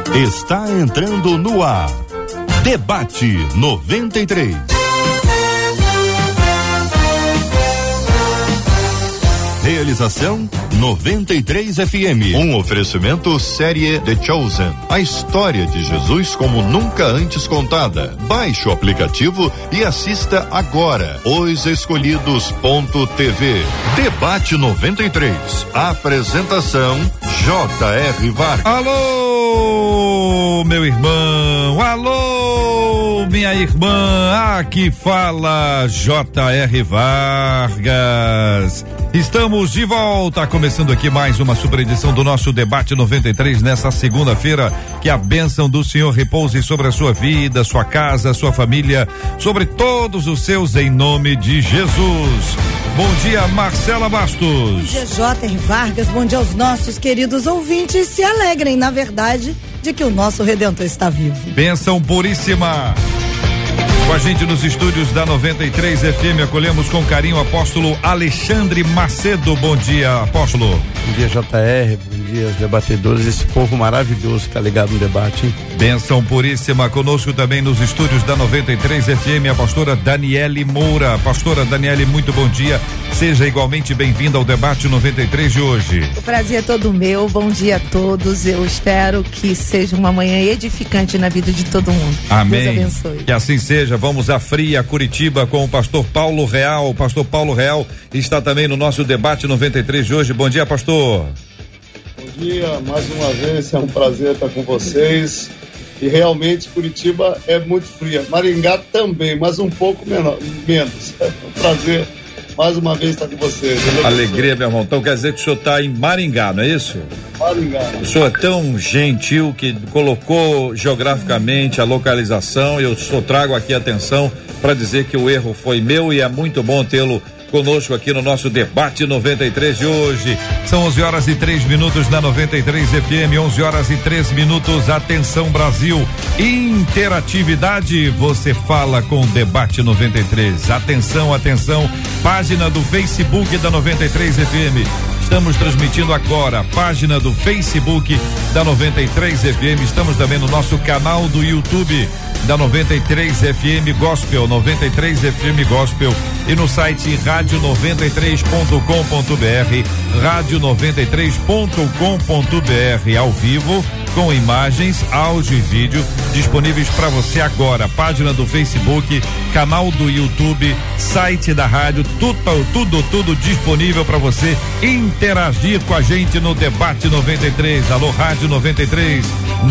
Está entrando no ar. Debate 93. Realização 93 FM. Um oferecimento série The Chosen. A história de Jesus como nunca antes contada. Baixe o aplicativo e assista agora. Osescolhidos.tv. Debate 93. Apresentação J.R. Vargas. Alô, meu irmão. Alô, minha irmã. Aqui fala J.R. Vargas. Estamos de volta, começando aqui mais uma super edição do nosso Debate 93 nessa segunda-feira. Que a bênção do Senhor repouse sobre a sua vida, sua casa, sua família, sobre todos os seus, em nome de Jesus. Bom dia, Marcela Bastos. Bom dia, J.R. Vargas. Bom dia aos nossos queridos ouvintes. Se alegrem, na verdade, de que o nosso Redentor está vivo. Bênção puríssima. Com a gente nos estúdios da 93 FM, acolhemos com carinho o apóstolo Alexandre Macedo. Bom dia, apóstolo. Bom dia, JR. Bom dia aos debatedores, esse povo maravilhoso que tá ligado no debate, hein? Bênção puríssima. Conosco também nos estúdios da 93 FM, a pastora Daniele Moura. Pastora Daniele, muito bom dia. Seja igualmente bem-vinda ao Debate 93 de hoje. O prazer é todo meu. Bom dia a todos. Eu espero que seja uma manhã edificante na vida de todo mundo. Amém. Deus abençoe. Que assim seja. Vamos a Fria, Curitiba, com o pastor Paulo Real. O pastor Paulo Real está também no nosso Debate 93 de hoje. Bom dia, pastor. Bom dia, mais uma vez, é um prazer estar com vocês. E realmente Curitiba é muito fria. Maringá também, mas um pouco menos. É um prazer mais uma vez estar com vocês. Alegria, meu irmão. Então quer dizer que o senhor está em Maringá, não é isso? Maringá. O senhor é tão gentil que colocou geograficamente a localização. Eu só trago aqui atenção para dizer que o erro foi meu e é muito bom tê-lo conosco aqui no nosso Debate 93 de hoje. São 11h03 na 93 FM, 11h03. Atenção, Brasil. Interatividade, você fala com o Debate 93. Atenção, atenção. Página do Facebook da 93 FM. Estamos transmitindo agora, página do Facebook da 93 FM. Estamos também no nosso canal do YouTube da 93 FM Gospel, 93 FM Gospel, e no site radio93.com.br, radio93.com.br, ao vivo, com imagens, áudio e vídeo disponíveis para você agora. Página do Facebook, canal do YouTube, site da rádio, tudo disponível para você interagir com a gente no Debate 93. Alô, Rádio 93,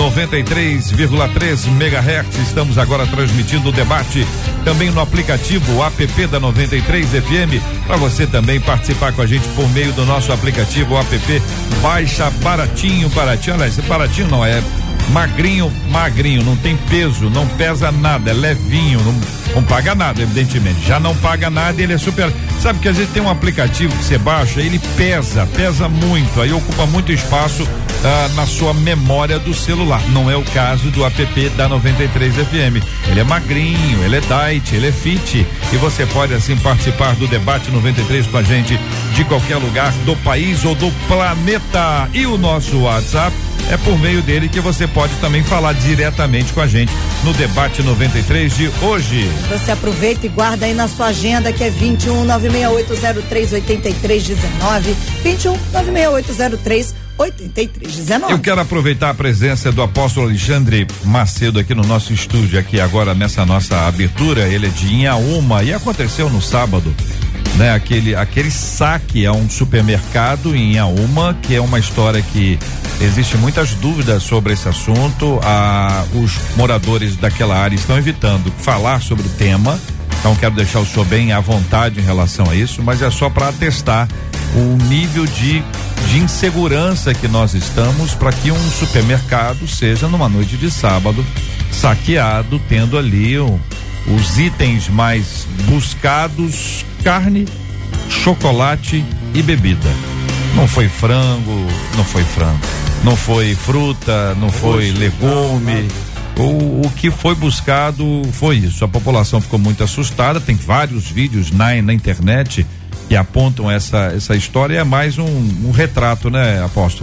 93,3 MHz. Estamos agora transmitindo o debate também no aplicativo app da 93 FM, para você também participar com a gente por meio do nosso aplicativo app. Baixa baratinho. Aliás, baratinho não é magrinho, não tem peso, não pesa nada, é levinho, não paga nada, evidentemente. Já não paga nada, ele é super. Sabe que às vezes tem um aplicativo que você baixa, ele pesa muito, aí ocupa muito espaço na sua memória do celular. Não é o caso do app da 93 FM. Ele é magrinho, ele é diet, ele é fit, e você pode assim participar do Debate 93 com a gente de qualquer lugar do país ou do planeta. E o nosso WhatsApp é por meio dele que você pode também falar diretamente com a gente no Debate 93 de hoje. Você aproveita e guarda aí na sua agenda, que é 21 96803 8319, 21 96803 8319. Eu quero aproveitar a presença do apóstolo Alexandre Macedo aqui no nosso estúdio, aqui agora nessa nossa abertura. Ele é de Inhaúma e aconteceu no sábado, né? Aquele saque a um supermercado em Inhaúma, que é uma história que existe muitas dúvidas sobre esse assunto. Os moradores daquela área estão evitando falar sobre o tema, então quero deixar o senhor bem à vontade em relação a isso, mas é só para atestar o nível de insegurança que nós estamos, para que um supermercado seja numa noite de sábado saqueado, tendo ali os itens mais buscados: carne, chocolate e bebida. Não foi frango, não foi fruta, não foi legume. O que foi buscado foi isso. A população ficou muito assustada. Tem vários vídeos na internet que apontam essa história. É mais um retrato, né, apóstolo?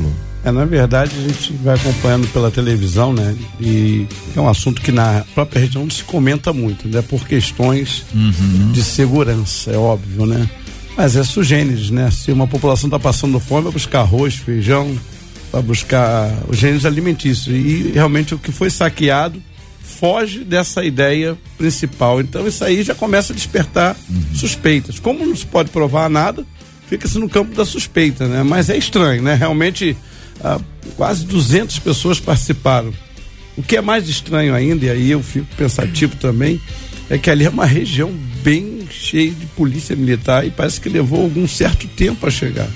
Na verdade, a gente vai acompanhando pela televisão, né? E é um assunto que na própria região não se comenta muito, né? Por questões de segurança, é óbvio, né? Mas é sugêneres, né? Se uma população está passando fome, vai buscar arroz, feijão, vai buscar os gêneros alimentícios. E realmente o que foi saqueado foge dessa ideia principal. Então isso aí já começa a despertar suspeitas. Como não se pode provar nada, fica-se no campo da suspeita, né? Mas é estranho, né? Realmente quase 200 pessoas participaram. O que é mais estranho ainda, e aí eu fico pensativo também, é que ali é uma região bem cheia de polícia militar e parece que levou algum certo tempo a chegar.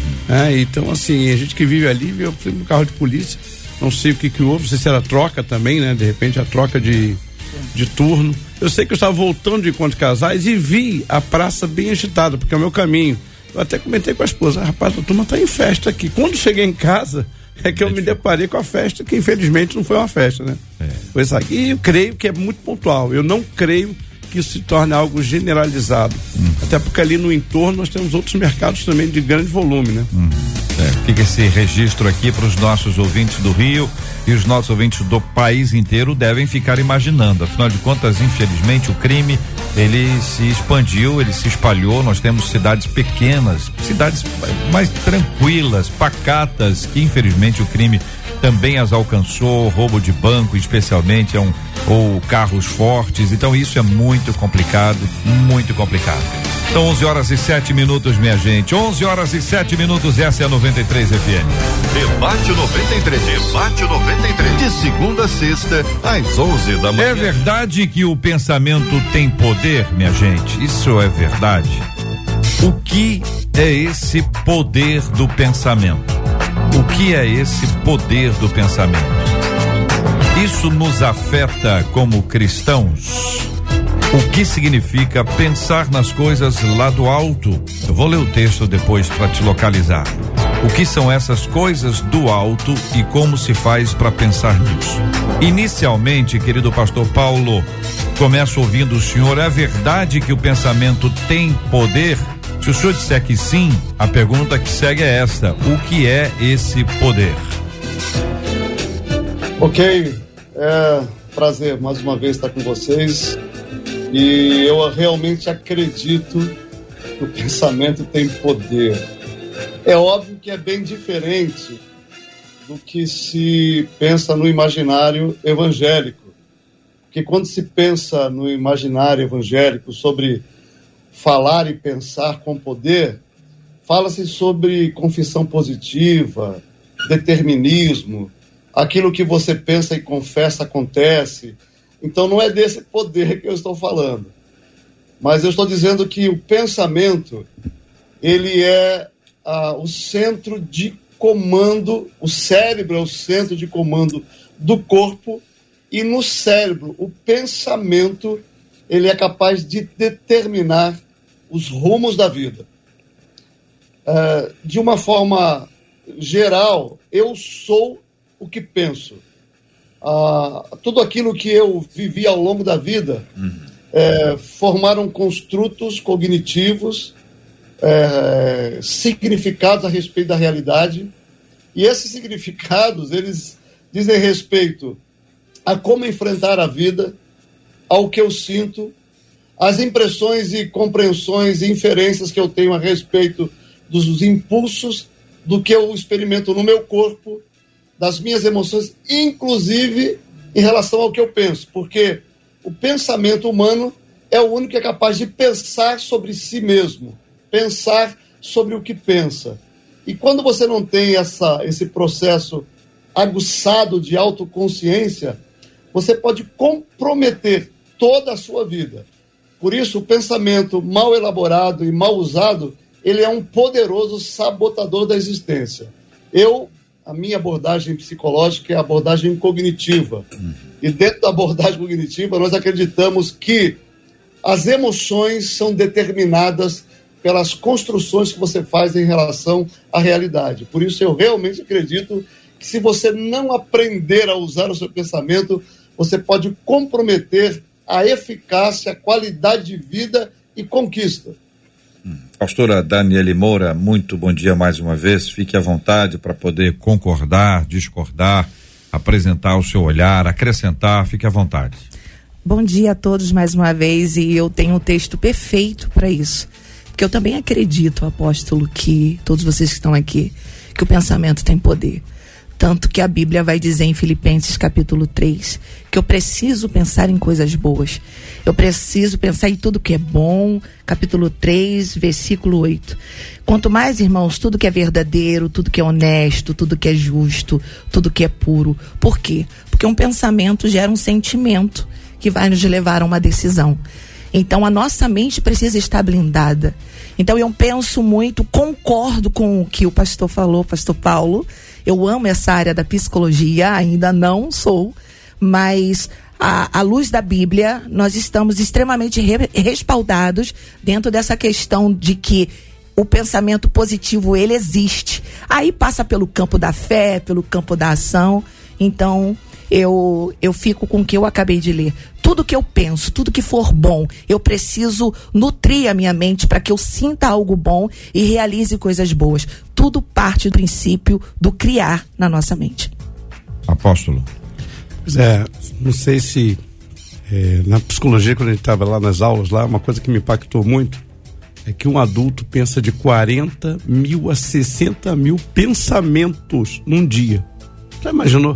Então, assim, a gente que vive ali, vê um carro de polícia, não sei o que houve, não sei se era troca também, né? De repente a troca de turno. Eu sei que eu estava voltando de Encontro de Casais e vi a praça bem agitada, porque é o meu caminho. Eu até comentei com a esposa, rapaz, a turma tá em festa aqui. Quando cheguei em casa, é que eu me deparei com a festa, que infelizmente não foi uma festa, né? Foi isso aqui. E eu creio que é muito pontual. Eu não creio que isso se torne algo generalizado. Até porque ali no entorno nós temos outros mercados também de grande volume, né? Fica esse registro aqui para os nossos ouvintes do Rio e os nossos ouvintes do país inteiro devem ficar imaginando. Afinal de contas, infelizmente, o crime ele se expandiu, ele se espalhou. Nós temos cidades pequenas, cidades mais tranquilas, pacatas, que infelizmente o crime também as alcançou, roubo de banco especialmente, ou carros fortes. Então isso é muito complicado, muito complicado. São 11h07, minha gente. 11h07, essa é a 93 FM. Debate 93. Debate 93. De segunda a sexta, às 11 da manhã. É verdade que o pensamento tem poder, minha gente? Isso é verdade? O que é esse poder do pensamento? O que é esse poder do pensamento? Isso nos afeta como cristãos? O que significa pensar nas coisas lá do alto? Eu vou ler o texto depois para te localizar. O que são essas coisas do alto e como se faz para pensar nisso? Inicialmente, querido pastor Paulo, começo ouvindo o senhor. É verdade que o pensamento tem poder? Se o senhor disser que sim, a pergunta que segue é esta: o que é esse poder? Ok, é prazer mais uma vez estar com vocês. E eu realmente acredito que o pensamento tem poder. É óbvio que é bem diferente do que se pensa no imaginário evangélico. Porque quando se pensa no imaginário evangélico sobre falar e pensar com poder, fala-se sobre confissão positiva, determinismo, aquilo que você pensa e confessa acontece. Então não é desse poder que eu estou falando. Mas eu estou dizendo que o pensamento, ele é o centro de comando, o cérebro é o centro de comando do corpo, e no cérebro, o pensamento, ele é capaz de determinar os rumos da vida. De uma forma geral, eu sou o que penso. Tudo aquilo que eu vivi ao longo da vida formaram construtos cognitivos, significados a respeito da realidade, e esses significados, eles dizem respeito a como enfrentar a vida, ao que eu sinto, as impressões e compreensões e inferências que eu tenho a respeito dos impulsos, do que eu experimento no meu corpo, das minhas emoções, inclusive em relação ao que eu penso, porque o pensamento humano é o único que é capaz de pensar sobre si mesmo, pensar sobre o que pensa. E quando você não tem esse processo aguçado de autoconsciência, você pode comprometer toda a sua vida. Por isso, o pensamento mal elaborado e mal usado, ele é um poderoso sabotador da existência. A minha abordagem psicológica é a abordagem cognitiva. E dentro da abordagem cognitiva, nós acreditamos que as emoções são determinadas pelas construções que você faz em relação à realidade. Por isso, eu realmente acredito que se você não aprender a usar o seu pensamento, você pode comprometer a eficácia, a qualidade de vida e conquista. Pastora Daniele Moura, muito bom dia mais uma vez. Fique à vontade para poder concordar, discordar, apresentar o seu olhar, acrescentar, fique à vontade. Bom dia a todos mais uma vez, e eu tenho um texto perfeito para isso. Porque eu também acredito, apóstolo, que todos vocês que estão aqui, que o pensamento tem poder. Tanto que a Bíblia vai dizer em Filipenses capítulo 3, que eu preciso pensar em coisas boas. Eu preciso pensar em tudo que é bom, capítulo 3, versículo 8. Quanto mais, irmãos, tudo que é verdadeiro, tudo que é honesto, tudo que é justo, tudo que é puro. Por quê? Porque um pensamento gera um sentimento que vai nos levar a uma decisão. Então a nossa mente precisa estar blindada. Então eu penso muito, concordo com o que o pastor falou, pastor Paulo. Eu amo essa área da psicologia, ainda não sou, mas à luz da Bíblia, nós estamos extremamente respaldados dentro dessa questão de que o pensamento positivo, ele existe. Aí passa pelo campo da fé, pelo campo da ação. Então eu fico com o que eu acabei de ler. Tudo que eu penso, tudo que for bom, eu preciso nutrir a minha mente para que eu sinta algo bom e realize coisas boas. Tudo parte do princípio do criar na nossa mente. Apóstolo. Pois é, não sei se na psicologia, quando a gente estava lá nas aulas, lá, uma coisa que me impactou muito é que um adulto pensa de 40 mil a 60 mil pensamentos num dia. Já imaginou?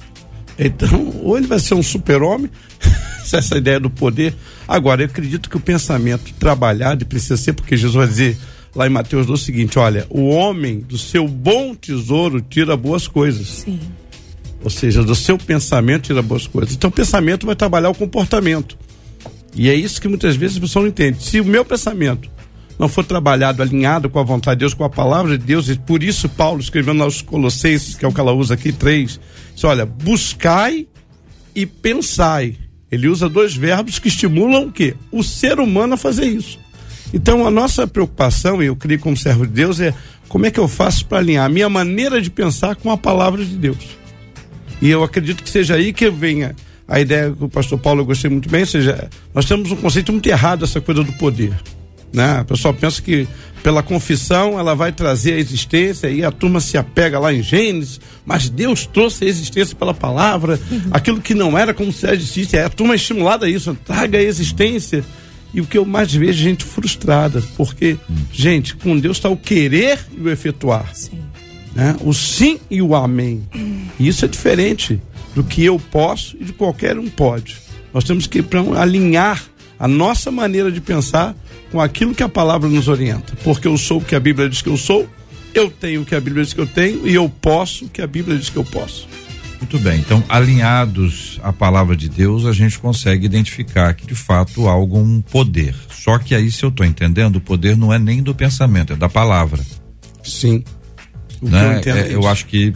Então, ou ele vai ser um super-homem, essa ideia do poder. Agora, eu acredito que o pensamento trabalhado precisa ser, porque Jesus vai dizer lá em Mateus o seguinte: olha, o homem do seu bom tesouro tira boas coisas. Sim. Ou seja, do seu pensamento tira boas coisas. Então o pensamento vai trabalhar o comportamento. E é isso que muitas vezes a pessoa não entende. Se o meu pensamento não for trabalhado, alinhado com a vontade de Deus, com a palavra de Deus, e por isso Paulo escrevendo aos Colossenses, que é o que ela usa aqui, 3, diz, olha, buscai e pensai. Ele usa 2 verbos que estimulam o quê? O ser humano a fazer isso. Então a nossa preocupação, e eu creio como servo de Deus, é como é que eu faço para alinhar a minha maneira de pensar com a palavra de Deus. E eu acredito que seja aí que venha a ideia que o pastor Paulo, eu gostei muito bem, ou seja, nós temos um conceito muito errado dessa coisa do poder, né? A pessoa pensa que pela confissão ela vai trazer a existência e a turma se apega lá em Gênesis, mas Deus trouxe a existência pela palavra, aquilo que não era como se existisse, a turma é estimulada a isso, traga a existência. E o que eu mais vejo é gente frustrada, porque, gente, com Deus está o querer e o efetuar. Sim. Né? O sim e o amém. E isso é diferente do que eu posso e de qualquer um pode. Nós temos que alinhar a nossa maneira de pensar com aquilo que a palavra nos orienta. Porque eu sou o que a Bíblia diz que eu sou, eu tenho o que a Bíblia diz que eu tenho e eu posso o que a Bíblia diz que eu posso. Muito bem, então alinhados à palavra de Deus, a gente consegue identificar que de fato há algum poder. Só que aí, se eu estou entendendo, o poder não é nem do pensamento, é da palavra. Sim. Né? Eu acho que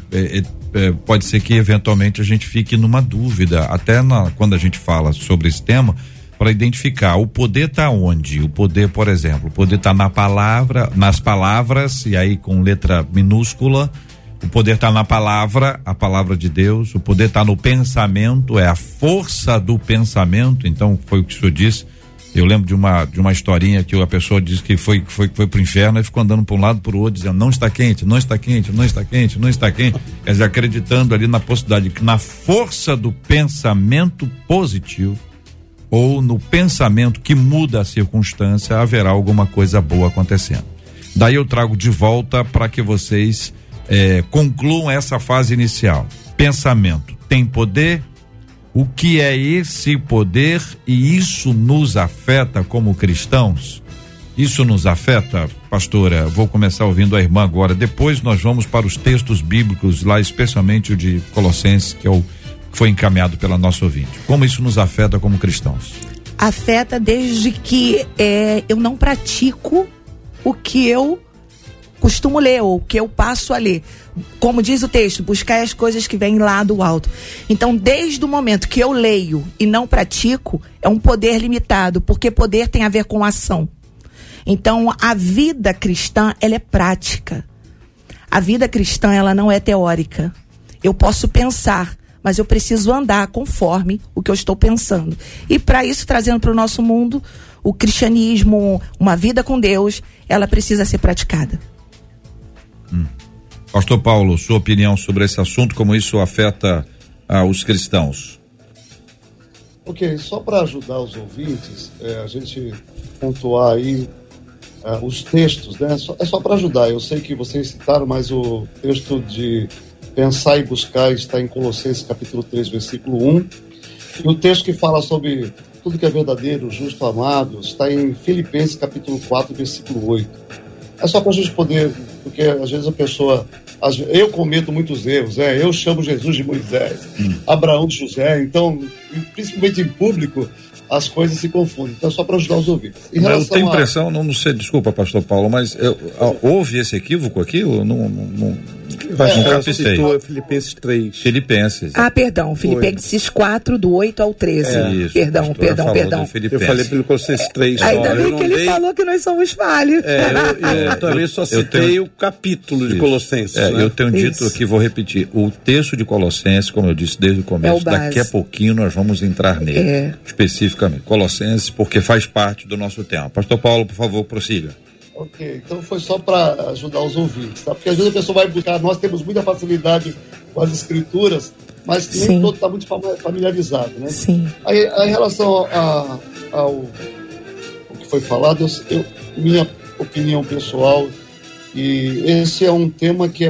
pode ser que eventualmente a gente fique numa dúvida, até quando a gente fala sobre esse tema, para identificar o poder está onde? O poder, por exemplo, o poder está na palavra, nas palavras, e aí com letra minúscula. O poder está na palavra, a palavra de Deus. O poder está no pensamento, é a força do pensamento. Então foi o que o senhor disse. Eu lembro de uma historinha que a pessoa disse que foi pro inferno e ficou andando para um lado para o outro, dizendo não está quente, não está quente, não está quente, não está quente. Quer dizer, acreditando ali na possibilidade de que na força do pensamento positivo ou no pensamento que muda a circunstância haverá alguma coisa boa acontecendo. Daí eu trago de volta para que vocês concluam essa fase inicial. Pensamento tem poder? O que é esse poder e isso nos afeta como cristãos? Isso nos afeta, pastora? Vou começar ouvindo a irmã agora, depois nós vamos para os textos bíblicos, lá especialmente o de Colossenses, que foi encaminhado pela nossa ouvinte. Como isso nos afeta como cristãos? Afeta desde que eu não pratico o que eu costumo ler, ou que eu passo a ler. Como diz o texto, buscar as coisas que vêm lá do alto. Então, desde o momento que eu leio e não pratico, é um poder limitado, porque poder tem a ver com ação. Então, a vida cristã, ela é prática. A vida cristã, ela não é teórica. Eu posso pensar, mas eu preciso andar conforme o que eu estou pensando. E para isso, trazendo para o nosso mundo, o cristianismo, uma vida com Deus, ela precisa ser praticada. Pastor Paulo, sua opinião sobre esse assunto, como isso afeta os cristãos? Ok, só para ajudar os ouvintes, a gente pontuar aí os textos, né? É só para ajudar. Eu sei que vocês citaram, mas o texto de pensar e buscar está em Colossenses capítulo 3, versículo 1. E o texto que fala sobre tudo que é verdadeiro, justo, amado, está em Filipenses capítulo 4, versículo 8. É só para a gente poder, porque às vezes a pessoa... Eu cometo muitos erros, eu chamo Jesus de Moisés, Abraão de José, então, principalmente em público, as coisas se confundem. Então, só para ajudar os ouvintes. Eu tenho impressão, não sei, desculpa, pastor Paulo, mas houve esse equívoco aqui? Eu não citou Filipenses 3. Filipenses. Perdão, Filipenses 4, do 8 ao 13. Isso, perdão. Eu falei pelo Colossenses 3. Ainda bem que ele falou que nós somos falhos. Eu também só citei o capítulo de Colossenses. Eu tenho dito aqui, vou repetir, o texto de Colossenses, como eu disse desde o começo, daqui a pouquinho nós vamos entrar nele, especificamente, Colossenses, porque faz parte do nosso tema. Pastor Paulo, por favor, prossiga. Ok, então foi só para ajudar os ouvintes, tá? Porque às vezes a pessoa vai buscar, nós temos muita facilidade com as escrituras, mas nem todo está muito familiarizado, né? Sim. Aí, em relação ao que foi falado, minha opinião pessoal, e esse é um tema que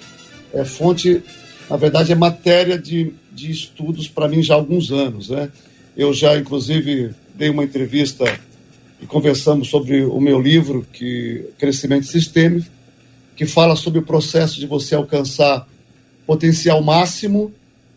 é fonte, na verdade é matéria de estudos para mim já há alguns anos, né? Eu já, inclusive, dei uma entrevista e conversamos sobre o meu livro, Crescimento Sistêmico, que fala sobre o processo de você alcançar potencial máximo,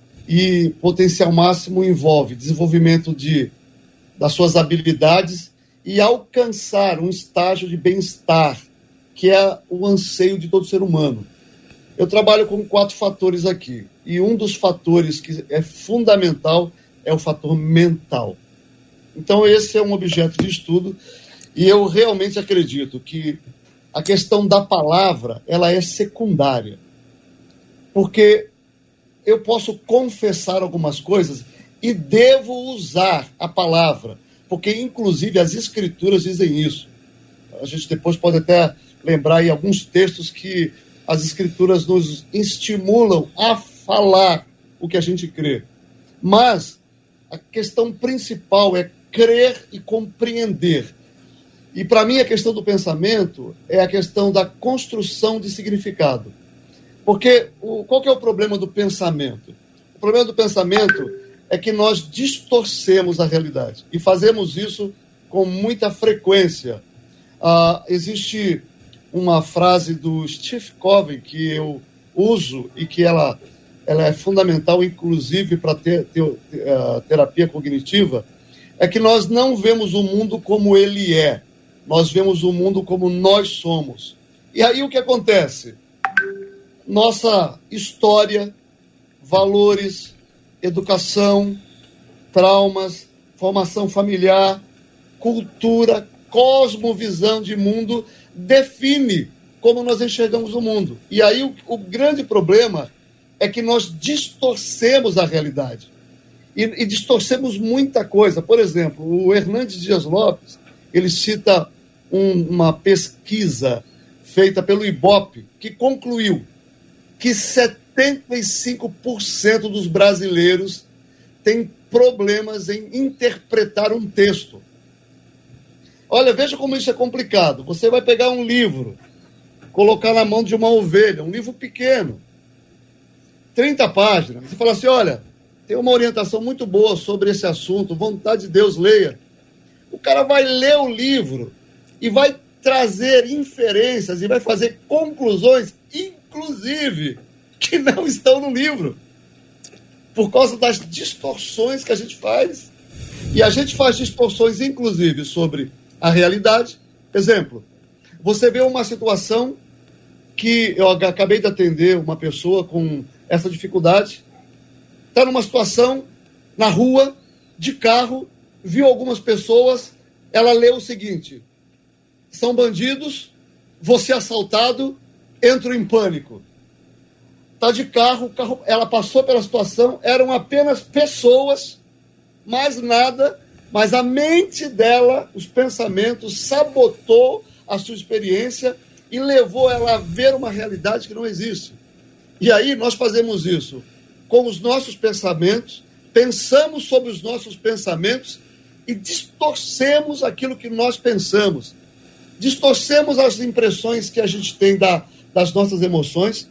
e potencial máximo envolve desenvolvimento das suas habilidades e alcançar um estágio de bem-estar, que é o anseio de todo ser humano. Eu trabalho com 4 fatores aqui, e um dos fatores que é fundamental é o fator mental. Então esse é um objeto de estudo, e eu realmente acredito que a questão da palavra, ela é secundária, porque eu posso confessar algumas coisas e devo usar a palavra, porque inclusive as escrituras dizem isso. A gente depois pode até lembrar aí alguns textos que as escrituras nos estimulam a falar o que a gente crê. Mas a questão principal é crer e compreender. E para mim a questão do pensamento é a questão da construção de significado. Porque qual que é o problema do pensamento? O problema do pensamento é que nós distorcemos a realidade. E fazemos isso com muita frequência. Existe uma frase do Steve Covey que eu uso e que ela é fundamental, inclusive, para terapia cognitiva, é que nós não vemos o mundo como ele é, nós vemos o mundo como nós somos. E aí o que acontece? Nossa história, valores, educação, traumas, formação familiar, cultura, cosmovisão de mundo define como nós enxergamos o mundo. E aí o grande problema é que nós distorcemos a realidade. E distorcemos muita coisa. Por exemplo, o Hernandes Dias Lopes, ele cita uma pesquisa feita pelo IBOP, que concluiu que 75% dos brasileiros têm problemas em interpretar um texto. Olha, veja como isso é complicado. Você vai pegar um livro, colocar na mão de uma ovelha, um livro pequeno, 30 páginas, e falar assim, olha, tem uma orientação muito boa sobre esse assunto, vontade de Deus, leia. O cara vai ler o livro e vai trazer inferências e vai fazer conclusões, inclusive, que não estão no livro, por causa das distorções que a gente faz. E a gente faz distorções, inclusive, sobre a realidade. Exemplo, você vê uma situação que eu acabei de atender uma pessoa com essa dificuldade, está numa situação na rua, de carro, viu algumas pessoas, ela leu o seguinte: são bandidos, vou ser assaltado, entro em pânico. Está de carro, ela passou pela situação, eram apenas pessoas, mais nada, Mas a mente dela, os pensamentos, sabotou a sua experiência e levou ela a ver uma realidade que não existe. E aí nós fazemos isso com os nossos pensamentos, pensamos sobre os nossos pensamentos e distorcemos aquilo que nós pensamos. Distorcemos as impressões que a gente tem das nossas emoções,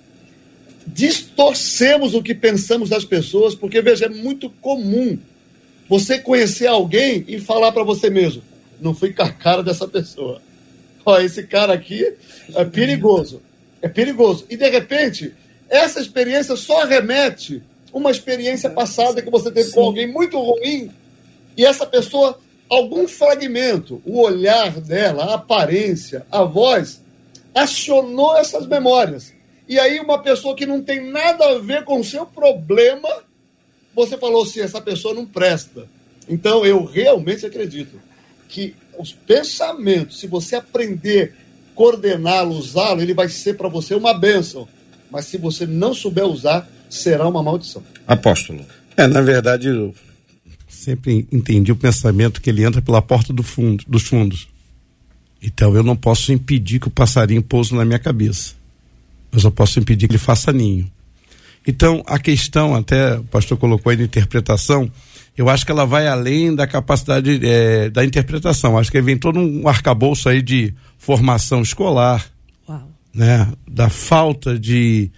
distorcemos o que pensamos das pessoas, porque, veja, é muito comum você conhecer alguém e falar para você mesmo, não fui com a cara dessa pessoa. Ó, esse cara aqui é perigoso. É perigoso. E, de repente, essa experiência só remete uma experiência passada que você teve com alguém muito ruim e essa pessoa, algum fragmento, o olhar dela, a aparência, a voz, acionou essas memórias. E aí uma pessoa que não tem nada a ver com o seu problema, você falou assim, essa pessoa não presta. Então eu realmente acredito que os pensamentos, se você aprender a coordená-lo, usá-lo, ele vai ser para você uma bênção. Mas se você não souber usar, será uma maldição. Apóstolo. Na verdade, eu sempre entendi o pensamento que ele entra pela porta dos fundos. Então eu não posso impedir que o passarinho pouse na minha cabeça. Eu só posso impedir que ele faça ninho. Então a questão, até o pastor colocou aí de interpretação, eu acho que ela vai além da capacidade da interpretação. Acho que vem todo um arcabouço aí de formação escolar, né? Da falta de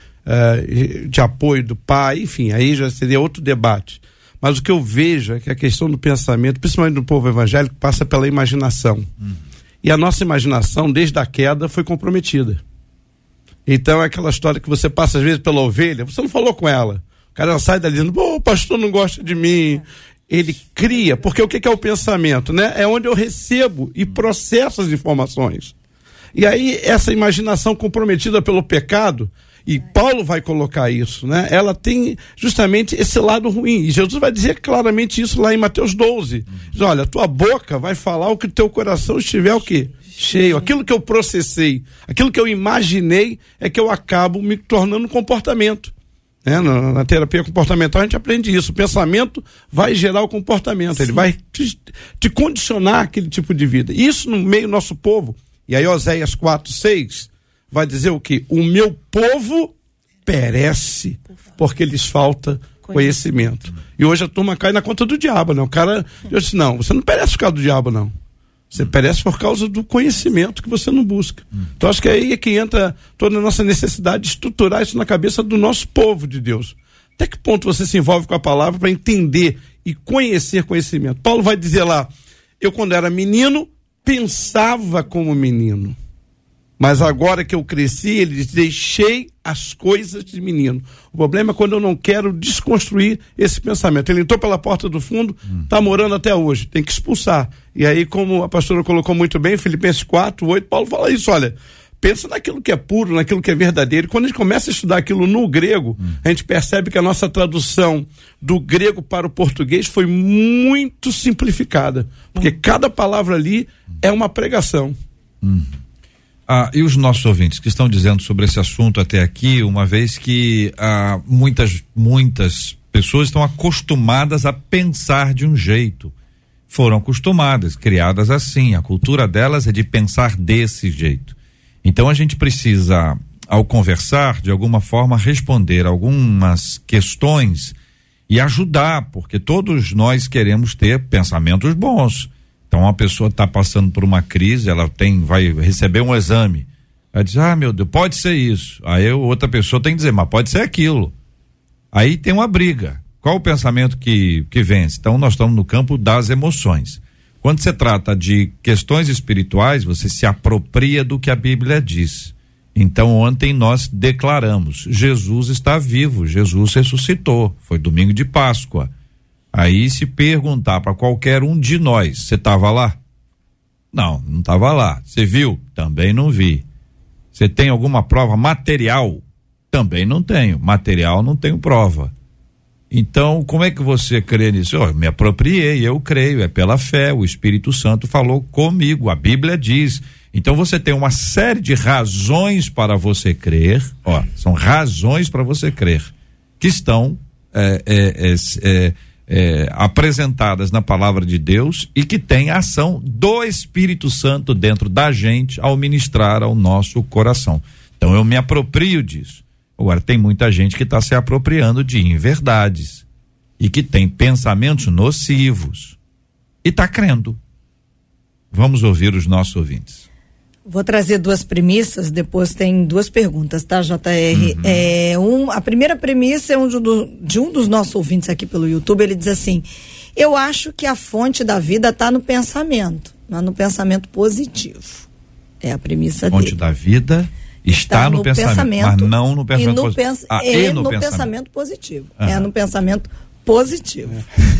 apoio do pai, enfim, aí já seria outro debate. Mas o que eu vejo é que a questão do pensamento, principalmente do povo evangélico, passa pela imaginação. E a nossa imaginação, desde a queda, foi comprometida. Então é aquela história que você passa às vezes pela ovelha, você não falou com ela. O cara sai dali dizendo, o pastor não gosta de mim. Ele cria, porque o que é o pensamento, né? É onde eu recebo e processo as informações. E aí essa imaginação comprometida pelo pecado, e Paulo vai colocar isso, né? Ela tem justamente esse lado ruim. E Jesus vai dizer claramente isso lá em Mateus 12. Diz, olha, tua boca vai falar o que teu coração estiver o quê? Cheio. Aquilo que eu processei, aquilo que eu imaginei é que eu acabo me tornando um comportamento. Na terapia comportamental a gente aprende isso. O pensamento vai gerar o comportamento. Sim. Ele vai te condicionar aquele tipo de vida. Isso no meio do nosso povo. E aí Oséias 4:6 vai dizer o quê? O meu povo perece porque lhes falta conhecimento. E hoje a turma cai na conta do diabo, né? O cara, eu disse, não, você não perece por causa do diabo, não. Você perece por causa do conhecimento que você não busca. Então acho que aí é que entra toda a nossa necessidade de estruturar isso na cabeça do nosso povo de Deus. Até que ponto você se envolve com a palavra para entender e conhecer conhecimento? Paulo vai dizer lá, eu quando era menino, pensava como menino. Mas agora que eu cresci, ele diz, deixei as coisas de menino. O problema é quando eu não quero desconstruir esse pensamento. Ele entrou pela porta do fundo, está morando até hoje, tem que expulsar. E aí, como a pastora colocou muito bem, Filipenses 4:8, Paulo fala isso, olha, pensa naquilo que é puro, naquilo que é verdadeiro. E quando a gente começa a estudar aquilo no grego, a gente percebe que a nossa tradução do grego para o português foi muito simplificada. Porque cada palavra ali é uma pregação. E os nossos ouvintes que estão dizendo sobre esse assunto até aqui, uma vez que muitas pessoas estão acostumadas a pensar de um jeito, foram acostumadas, criadas assim, a cultura delas é de pensar desse jeito. Então a gente precisa, ao conversar, de alguma forma responder algumas questões e ajudar, porque todos nós queremos ter pensamentos bons. Então uma pessoa está passando por uma crise, ela vai receber um exame, ela diz, meu Deus, pode ser isso. Aí outra pessoa tem que dizer, mas pode ser aquilo. Aí tem uma briga. Qual o pensamento que vence? Então nós estamos no campo das emoções. Quando se trata de questões espirituais, você se apropria do que a Bíblia diz. Então ontem nós declaramos, Jesus está vivo, Jesus ressuscitou, foi domingo de Páscoa. Aí se perguntar para qualquer um de nós, você estava lá? Não estava lá. Você viu? Também não vi. Você tem alguma prova material? Também não tenho. Material não tenho prova. Então, como é que você crê nisso? Eu me apropriei, eu creio, é pela fé, o Espírito Santo falou comigo, a Bíblia diz. Então você tem uma série de razões para você crer, são razões para você crer, que estão apresentadas na palavra de Deus e que tem a ação do Espírito Santo dentro da gente ao ministrar ao nosso coração. Então eu me aproprio disso. Agora tem muita gente que está se apropriando de inverdades e que tem pensamentos nocivos e está crendo. Vamos ouvir os nossos ouvintes. Vou trazer duas premissas, depois tem duas perguntas, tá, JR? A primeira premissa é de um dos nossos ouvintes aqui pelo YouTube. Ele diz assim: eu acho que a fonte da vida está no pensamento, mas no pensamento positivo. É a premissa dele. A fonte da vida está no pensamento, mas não no pensamento positivo. No pensamento positivo. É no pensamento positivo.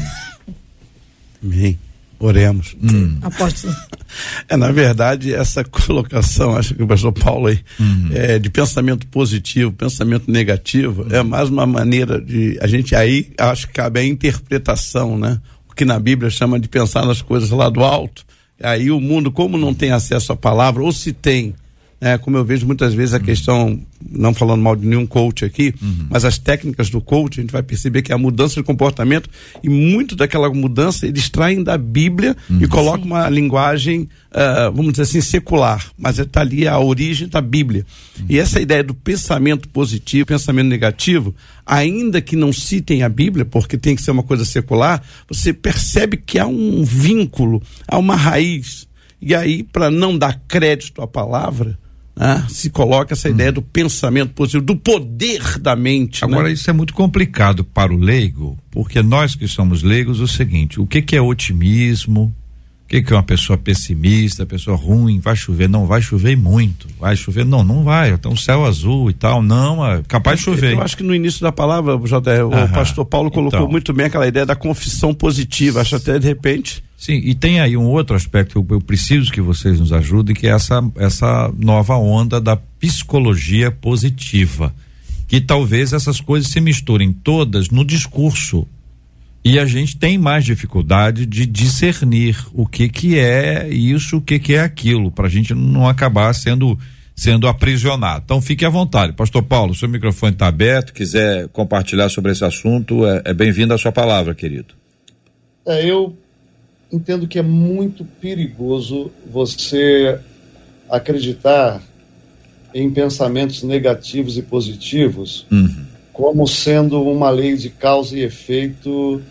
Amém. Oremos. Apóstolo. Na verdade, essa colocação, acho que o pastor Paulo aí, de pensamento positivo, pensamento negativo, é mais uma maneira de, a gente aí, acho que cabe a interpretação, né? O que na Bíblia chama de pensar nas coisas lá do alto. Aí o mundo, como não tem acesso à palavra, ou se tem, como eu vejo muitas vezes a questão, não falando mal de nenhum coach aqui, mas as técnicas do coach, a gente vai perceber que é a mudança de comportamento, e muito daquela mudança eles traem da Bíblia e colocam uma linguagem, vamos dizer assim, secular, mas está ali a origem da Bíblia. E essa ideia do pensamento positivo, pensamento negativo, ainda que não citem a Bíblia, porque tem que ser uma coisa secular, você percebe que há um vínculo, há uma raiz. E aí, para não dar crédito à palavra, se coloca essa ideia do pensamento positivo, do poder da mente. Agora, isso é muito complicado para o leigo, porque nós que somos leigos, o seguinte: o que é otimismo? O que é uma pessoa pessimista, pessoa ruim? Vai chover? Não vai chover muito. Vai chover? Não vai. Então, céu azul e tal, não, é capaz de chover. Eu acho que no início da palavra, o pastor Paulo colocou muito bem aquela ideia da confissão positiva. Acho até de repente. Sim, e tem aí um outro aspecto, eu preciso que vocês nos ajudem, que é essa nova onda da psicologia positiva, que talvez essas coisas se misturem todas no discurso e a gente tem mais dificuldade de discernir o que é isso, o que é aquilo, para a gente não acabar sendo aprisionado. Então fique à vontade. Pastor Paulo, seu microfone está aberto, quiser compartilhar sobre esse assunto, é bem-vindo a sua palavra, querido. Eu entendo que é muito perigoso você acreditar em pensamentos negativos e positivos como sendo uma lei de causa e efeito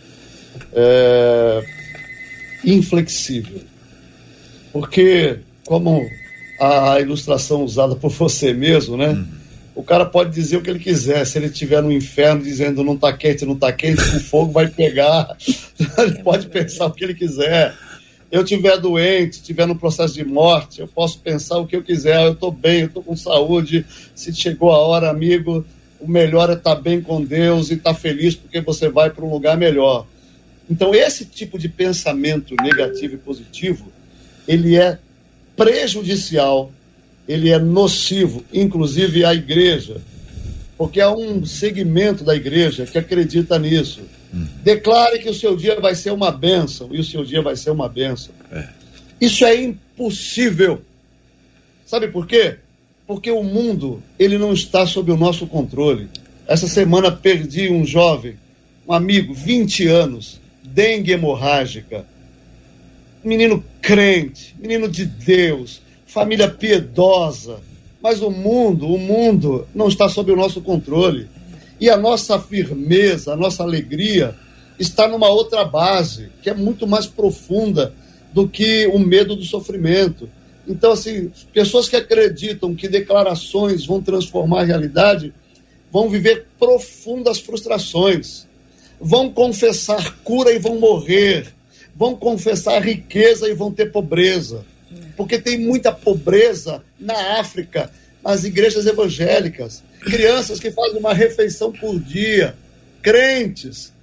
inflexível. Porque, como a ilustração usada por você mesmo, né? O cara pode dizer o que ele quiser. Se ele estiver no inferno dizendo não está quente, o fogo vai pegar. Ele pode pensar o que ele quiser. Eu estiver doente, estiver no processo de morte, eu posso pensar o que eu quiser. Eu estou bem, eu estou com saúde. Se chegou a hora, amigo, o melhor é estar bem com Deus e estar feliz porque você vai para um lugar melhor. Então, esse tipo de pensamento negativo e positivo, ele é prejudicial, ele é nocivo, inclusive à igreja, porque há um segmento da igreja que acredita nisso. Declare que o seu dia vai ser uma bênção, e o seu dia vai ser uma bênção. Isso é impossível. Sabe por quê? Porque o mundo, ele não está sob o nosso controle. Essa semana perdi um jovem, um amigo, 20 anos, dengue hemorrágica, menino crente, menino de Deus, família piedosa, mas o mundo não está sob o nosso controle. E a nossa firmeza, a nossa alegria está numa outra base, que é muito mais profunda do que o medo do sofrimento. Então, assim, pessoas que acreditam que declarações vão transformar a realidade vão viver profundas frustrações, vão confessar cura e vão morrer, vão confessar riqueza e vão ter pobreza. Porque tem muita pobreza na África, nas igrejas evangélicas. Crianças que fazem uma refeição por dia. Crentes,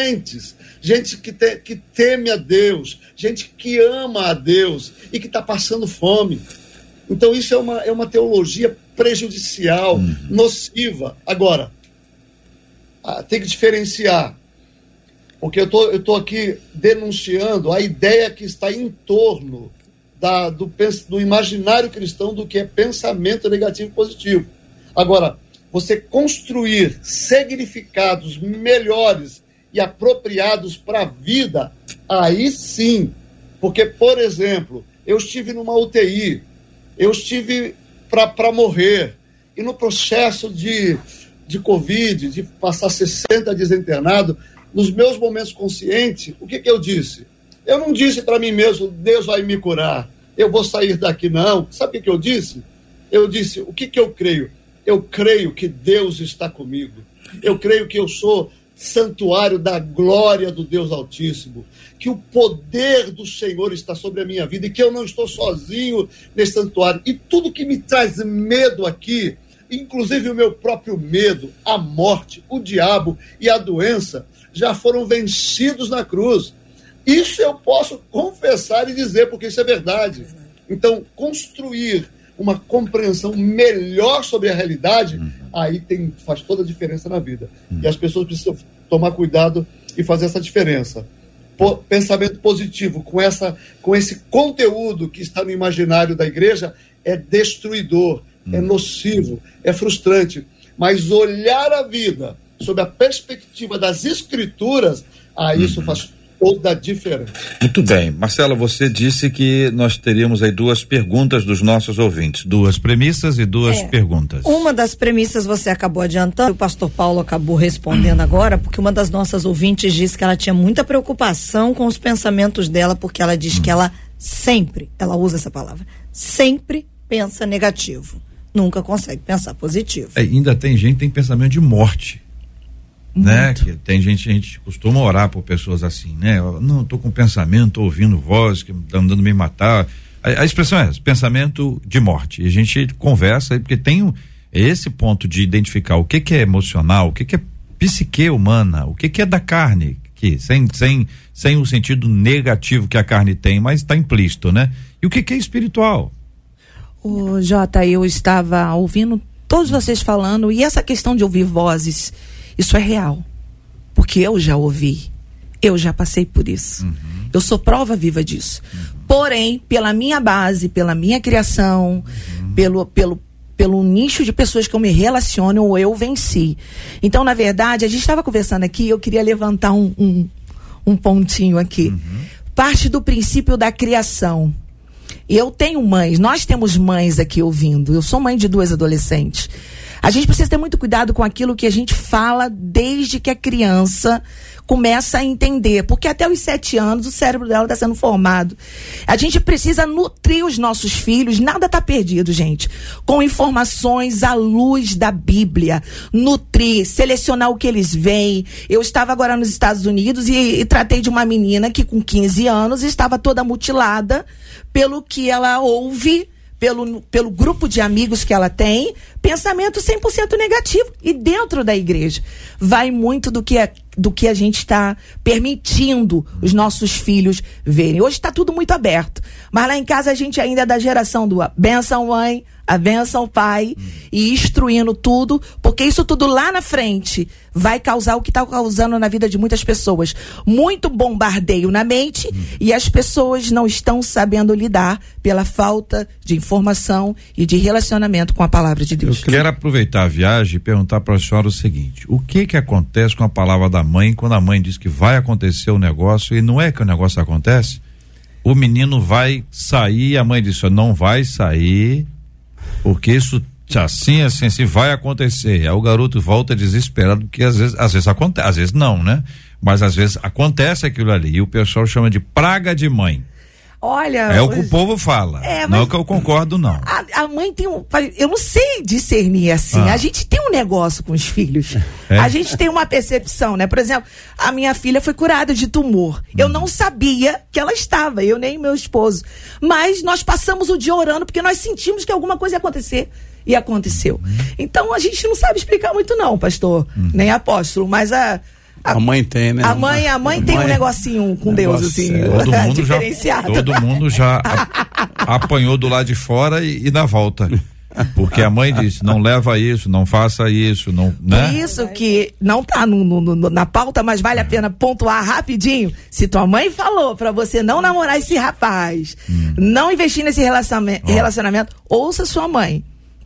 gente que teme a Deus, gente que ama a Deus e que está passando fome. Então isso é uma teologia prejudicial, nociva. Agora, tem que diferenciar, porque eu estou aqui denunciando a ideia que está em torno do imaginário cristão do que é pensamento negativo e positivo. Agora, você construir significados melhores e apropriados para a vida, aí sim. Porque, por exemplo, eu estive numa UTI, eu estive para morrer, e no processo de Covid, de passar 60 dias internado, nos meus momentos conscientes, o que eu disse? Eu não disse para mim mesmo, Deus vai me curar, eu vou sair daqui, não. Sabe o que eu disse? Eu disse, o que eu creio? Eu creio que Deus está comigo. Eu creio que eu sou santuário da glória do Deus Altíssimo, que o poder do Senhor está sobre a minha vida e que eu não estou sozinho nesse santuário. E tudo que me traz medo aqui, inclusive o meu próprio medo, a morte, o diabo e a doença, já foram vencidos na cruz. Isso eu posso confessar e dizer, porque isso é verdade. Então, construir uma compreensão melhor sobre a realidade, aí faz toda a diferença na vida. E as pessoas precisam tomar cuidado e fazer essa diferença. Pensamento positivo com esse conteúdo que está no imaginário da igreja é destruidor, é nocivo, é frustrante. Mas olhar a vida sob a perspectiva das escrituras, isso faz toda a diferença. Muito bem. Marcela, você disse que nós teríamos aí 2 perguntas dos nossos ouvintes. 2 premissas e 2 perguntas. Uma das premissas você acabou adiantando, o pastor Paulo acabou respondendo agora, porque uma das nossas ouvintes disse que ela tinha muita preocupação com os pensamentos dela, porque ela diz que ela sempre, ela usa essa palavra, sempre pensa negativo. Nunca consegue pensar positivo. Ainda tem gente que tem pensamento de morte. Né? Que tem a gente costuma orar por pessoas assim, né? Eu não, tô com pensamento, tô ouvindo voz que estão mandando me matar. A expressão é essa, pensamento de morte. E a gente conversa, porque tem esse ponto de identificar o que é emocional, o que é psique humana, o que é da carne, que sem o sentido negativo que a carne tem, mas está implícito, né? E o que é espiritual? Jota, eu estava ouvindo todos vocês falando, e essa questão de ouvir vozes, isso é real, porque eu já ouvi, eu já passei por isso, eu sou prova viva disso, porém, pela minha base, pela minha criação, pelo nicho de pessoas que eu me relaciono, eu venci. Então, na verdade, a gente estava conversando aqui, eu queria levantar um pontinho aqui, parte do princípio da criação. Eu tenho mães, nós temos mães aqui ouvindo, eu sou mãe de 2 adolescentes. A gente precisa ter muito cuidado com aquilo que a gente fala desde que a criança começa a entender, porque até os 7 anos o cérebro dela está sendo formado. A gente precisa nutrir os nossos filhos, nada está perdido, gente, com informações à luz da Bíblia, nutrir, selecionar o que eles veem. Eu estava agora nos Estados Unidos e tratei de uma menina que com 15 anos estava toda mutilada pelo que ela ouve, pelo grupo de amigos que ela tem, pensamento 100% negativo. E dentro da igreja vai muito do que a gente está permitindo os nossos filhos verem. Hoje está tudo muito aberto, mas lá em casa a gente ainda é da geração do benção mãe, a benção pai, e instruindo tudo, porque isso tudo lá na frente vai causar o que está causando na vida de muitas pessoas. Muito bombardeio na mente, e as pessoas não estão sabendo lidar pela falta de informação e de relacionamento com a palavra de Deus. Eu quero aproveitar a viagem e perguntar para a senhora o seguinte: o que acontece com a palavra da mãe quando a mãe diz que vai acontecer o negócio e não é que o negócio acontece? O menino vai sair, a mãe diz: não vai sair, porque isso assim vai acontecer. Aí o garoto volta desesperado, porque às vezes acontece, às vezes não, né? Mas às vezes acontece aquilo ali e o pessoal chama de praga de mãe. Olha, é o que o povo fala, não é o que eu concordo, não. A mãe tem eu não sei discernir assim, a gente tem um negócio com os filhos, a gente tem uma percepção, né? Por exemplo, a minha filha foi curada de tumor, eu não sabia que ela estava, eu nem meu esposo, mas nós passamos o dia orando porque nós sentimos que alguma coisa ia acontecer, e aconteceu. Então a gente não sabe explicar muito não, pastor, nem apóstolo, mas a mãe tem, né? A mãe tem um negocinho com Deus, assim, diferenciado. Todo mundo já apanhou do lado de fora e na volta. Porque a mãe disse: não leva isso, não faça isso, não, né? Por isso que não tá na pauta, mas vale a pena pontuar rapidinho. Se tua mãe falou pra você não namorar esse rapaz, não investir nesse relacionamento, ouça sua mãe.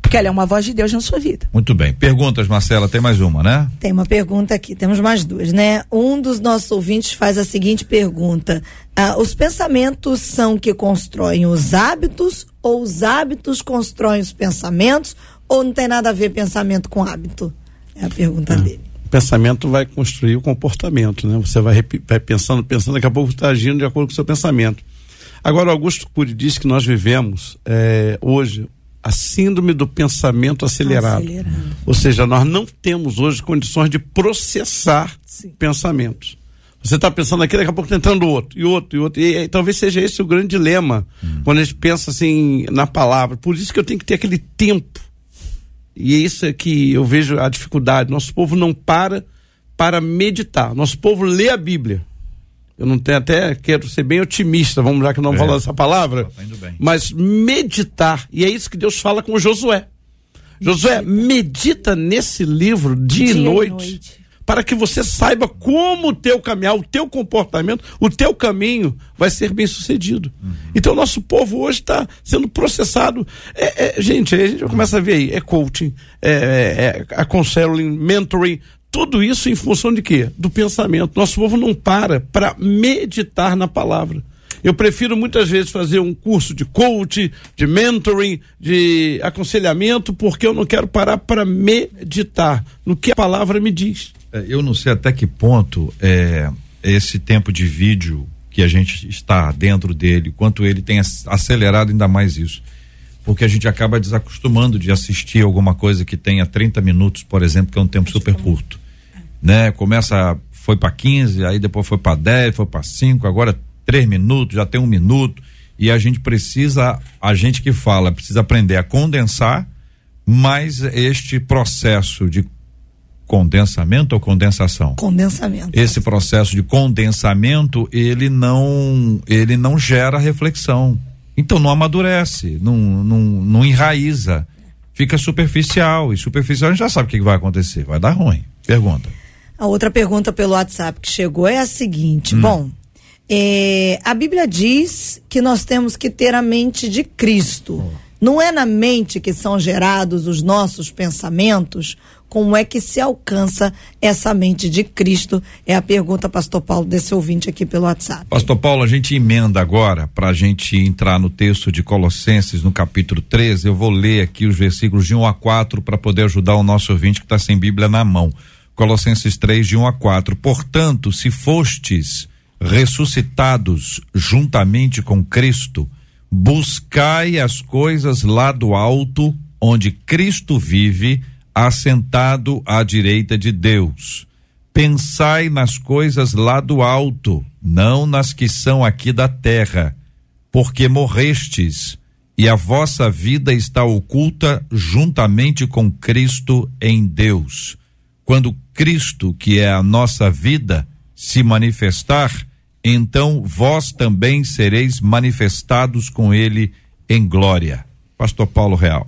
Porque ela é uma voz de Deus na sua vida. Muito bem. Perguntas, Marcela, tem mais uma, né? Tem uma pergunta aqui, temos mais duas, né? Um dos nossos ouvintes faz a seguinte pergunta: os pensamentos são que constroem os hábitos, ou os hábitos constroem os pensamentos, ou não tem nada a ver pensamento com hábito? É a pergunta dele. O pensamento vai construir o comportamento, né? Você vai pensando, daqui a pouco você está agindo de acordo com o seu pensamento. Agora, Augusto Cury diz que nós vivemos hoje a síndrome do pensamento acelerado. Ou seja, nós não temos hoje condições de processar pensamentos. Você está pensando aqui, daqui a pouco está entrando outro, e outro, e outro. E talvez seja esse o grande dilema, quando a gente pensa assim na palavra. Por isso que eu tenho que ter aquele tempo. E é isso que eu vejo a dificuldade. Nosso povo não para meditar. Nosso povo lê a Bíblia. Eu não tenho, até quero ser bem otimista, vamos lá que não falar essa palavra, mas meditar, e é isso que Deus fala com Josué. Josué, medita nesse livro dia e noite, para que você saiba como o teu caminhar, o teu comportamento, o teu caminho vai ser bem sucedido. Então nosso povo hoje está sendo processado, gente, aí a gente começa a ver aí, coaching, a counseling, mentoring, tudo isso em função de quê? Do pensamento. Nosso povo não para meditar na palavra. Eu prefiro muitas vezes fazer um curso de coaching, de mentoring, de aconselhamento, porque eu não quero parar para meditar no que a palavra me diz. Eu não sei até que ponto esse tempo de vídeo que a gente está dentro dele, quanto ele tem acelerado ainda mais isso. Porque a gente acaba desacostumando de assistir alguma coisa que tenha 30 minutos, por exemplo, que é um tempo super curto. Né? Foi para 15, aí depois foi para 10, foi para 5, agora 3 minutos, já tem 1 minuto, e a gente precisa aprender a condensar, mas este processo de condensamento ou condensação? Condensamento. Esse processo de condensamento, ele não gera reflexão. Então não amadurece, não enraiza, fica superficial, e superficial a gente já sabe o que vai acontecer, vai dar ruim. Pergunta. A outra pergunta pelo WhatsApp que chegou é a seguinte, a Bíblia diz que nós temos que ter a mente de Cristo. Não é na mente que são gerados os nossos pensamentos? Como é que se alcança essa mente de Cristo? É a pergunta, Pastor Paulo, desse ouvinte aqui pelo WhatsApp. Pastor Paulo, a gente emenda agora para a gente entrar no texto de Colossenses, no capítulo 13. Eu vou ler aqui os versículos de 1 a 4 para poder ajudar o nosso ouvinte que está sem Bíblia na mão. Colossenses 3, de 1 a 4. Portanto, se fostes ressuscitados juntamente com Cristo, buscai as coisas lá do alto, onde Cristo vive, assentado à direita de Deus. Pensai nas coisas lá do alto, não nas que são aqui da terra, porque morrestes, e a vossa vida está oculta juntamente com Cristo em Deus. Quando Cristo, que é a nossa vida, se manifestar, então vós também sereis manifestados com ele em glória. Pastor Paulo Real.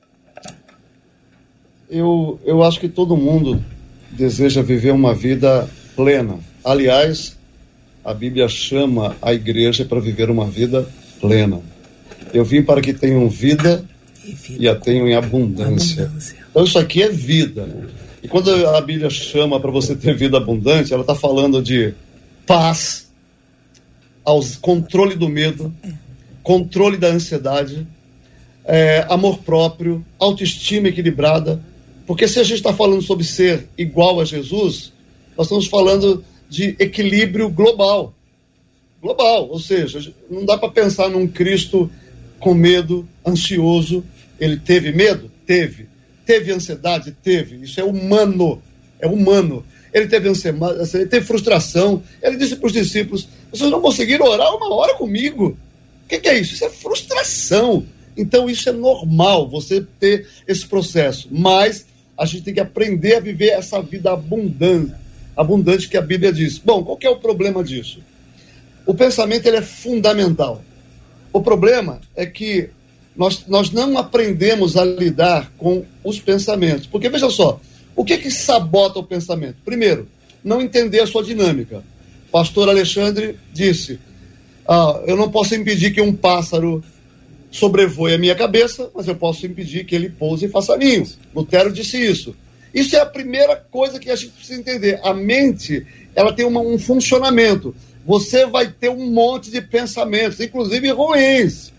Eu acho que todo mundo deseja viver uma vida plena. Aliás, a Bíblia chama a igreja para viver uma vida plena. Eu vim para que tenham vida e a tenham em abundância. Então isso aqui é vida. E quando a Bíblia chama para você ter vida abundante, ela está falando de paz, controle do medo, controle da ansiedade, amor próprio, autoestima equilibrada. Porque se a gente está falando sobre ser igual a Jesus, nós estamos falando de equilíbrio global. Global, ou seja, não dá para pensar num Cristo com medo, ansioso. Ele teve medo? Teve. Teve ansiedade? Teve. Isso é humano. É humano. Ele teve ansiedade, ele teve frustração. Ele disse para os discípulos: vocês não conseguiram orar 1 hora comigo. O que é isso? Isso é frustração. Então isso é normal, você ter esse processo. Mas a gente tem que aprender a viver essa vida abundante que a Bíblia diz. Bom, qual que é o problema disso? O pensamento ele é fundamental. O problema é que nós não aprendemos a lidar com os pensamentos. Porque, veja só, o que sabota o pensamento? Primeiro, não entender a sua dinâmica. Pastor Alexandre disse: eu não posso impedir que um pássaro sobrevoe a minha cabeça, mas eu posso impedir que ele pouse e faça ninho. Lutero disse isso. Isso é a primeira coisa que a gente precisa entender. A mente, ela tem um funcionamento. Você vai ter um monte de pensamentos, inclusive ruins,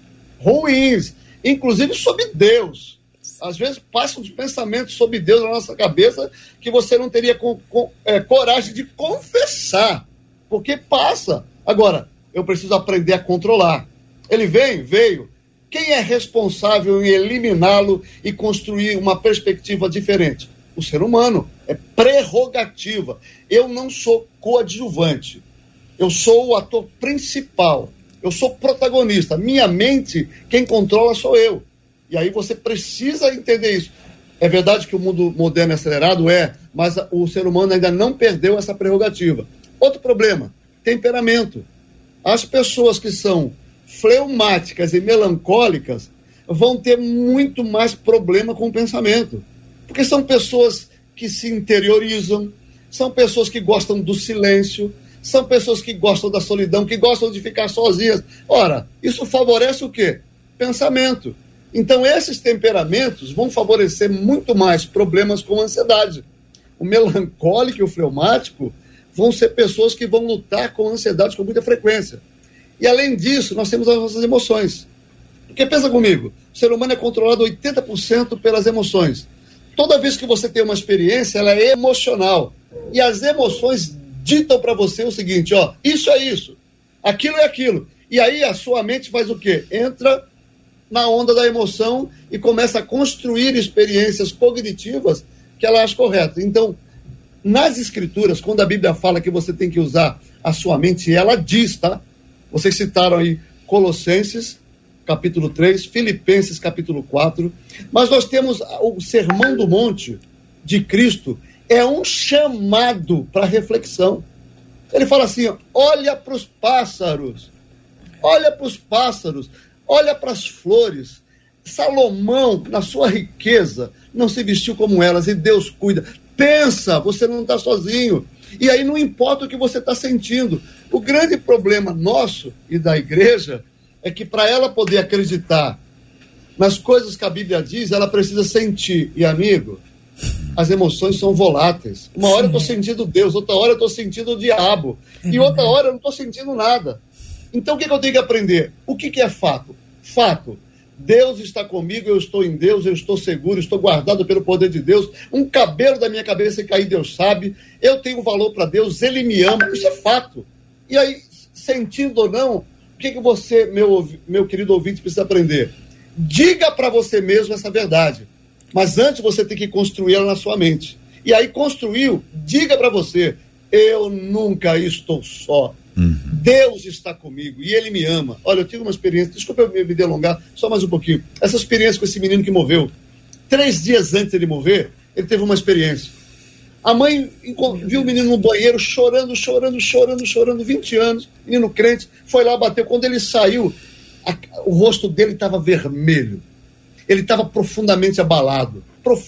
inclusive sobre Deus. Às vezes passam os pensamentos sobre Deus na nossa cabeça que você não teria coragem de confessar, porque passa. Agora, eu preciso aprender a controlar. Ele veio. Quem é responsável em eliminá-lo e construir uma perspectiva diferente? O ser humano. É prerrogativa. Eu não sou coadjuvante. Eu sou o ator principal. Eu sou protagonista. Minha mente, quem controla sou eu. E aí você precisa entender isso. É verdade que o mundo moderno é acelerado? Mas o ser humano ainda não perdeu essa prerrogativa. Outro problema, temperamento. As pessoas que são fleumáticas e melancólicas vão ter muito mais problema com o pensamento. Porque são pessoas que se interiorizam, são pessoas que gostam do silêncio, são pessoas que gostam da solidão, que gostam de ficar sozinhas. Ora, isso favorece o quê? Pensamento. Então, esses temperamentos vão favorecer muito mais problemas com ansiedade. O melancólico e o fleumático vão ser pessoas que vão lutar com ansiedade com muita frequência. E, além disso, nós temos as nossas emoções. Porque, pensa comigo, o ser humano é controlado 80% pelas emoções. Toda vez que você tem uma experiência, ela é emocional. E as emoções ditam para você o seguinte, isso é isso, aquilo é aquilo. E aí a sua mente faz o quê? Entra na onda da emoção e começa a construir experiências cognitivas que ela acha corretas. Então, nas escrituras, quando a Bíblia fala que você tem que usar a sua mente, ela diz, tá? Vocês citaram aí Colossenses, capítulo 3, Filipenses, capítulo 4, mas nós temos o Sermão do Monte de Cristo, é um chamado para reflexão. Ele fala assim, olha para os pássaros, olha para as flores. Salomão, na sua riqueza, não se vestiu como elas e Deus cuida. Pensa, você não está sozinho. E aí não importa o que você está sentindo. O grande problema nosso e da igreja é que para ela poder acreditar nas coisas que a Bíblia diz, ela precisa sentir. E, amigo, as emoções são voláteis. Uma hora eu estou sentindo Deus, outra hora eu estou sentindo o diabo. E outra hora eu não estou sentindo nada. Então o que eu tenho que aprender? O que é fato? Fato. Deus está comigo, eu estou em Deus, eu estou seguro, estou guardado pelo poder de Deus. Um cabelo da minha cabeça se cair, Deus sabe. Eu tenho valor para Deus, Ele me ama. Isso é fato. E aí, sentindo ou não, o que você, meu querido ouvinte, precisa aprender? Diga para você mesmo essa verdade. Mas antes você tem que construir ela na sua mente. E aí construiu, diga para você, eu nunca estou só. Deus está comigo e Ele me ama. Olha, eu tive uma experiência, desculpa eu me delongar, só mais um pouquinho. Essa experiência com esse menino que morreu. 3 dias antes de ele morrer, ele teve uma experiência. A mãe viu o menino no banheiro chorando, 20 anos, menino crente, foi lá, bateu. Quando ele saiu, o rosto dele estava vermelho. Ele estava profundamente abalado.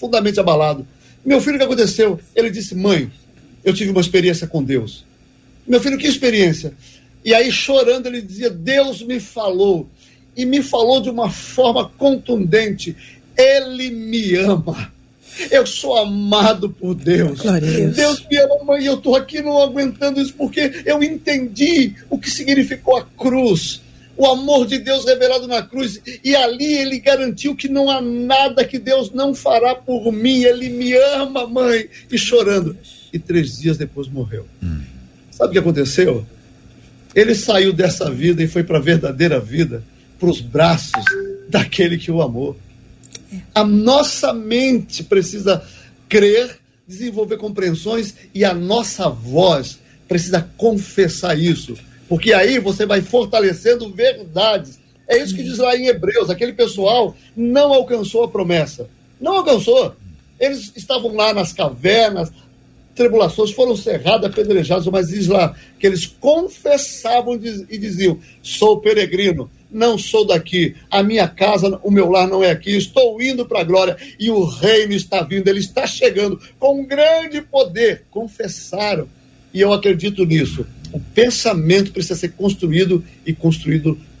Meu filho, o que aconteceu? Ele disse, mãe, eu tive uma experiência com Deus. Meu filho, que experiência? E aí, chorando, ele dizia, Deus me falou. E me falou de uma forma contundente. Ele me ama. Eu sou amado por Deus. Deus me ama, mãe. Eu estou aqui não aguentando isso porque eu entendi o que significou a cruz. O amor de Deus revelado na cruz. E ali ele garantiu que não há nada que Deus não fará por mim. Ele me ama, mãe. E chorando. E 3 dias depois morreu. Sabe o que aconteceu? Ele saiu dessa vida e foi para a verdadeira vida, para os braços daquele que o amou. A nossa mente precisa crer, desenvolver compreensões e a nossa voz precisa confessar isso. Porque aí você vai fortalecendo verdades. É isso que diz lá em Hebreus. Aquele pessoal não alcançou a promessa. Não alcançou. Eles estavam lá nas cavernas, tribulações, foram cerrados, apedrejados, mas diz lá que eles confessavam e diziam, sou peregrino, não sou daqui, a minha casa, o meu lar não é aqui, estou indo para a glória e o reino está vindo, ele está chegando com um grande poder. Confessaram. E eu acredito nisso. O pensamento precisa ser construído e construído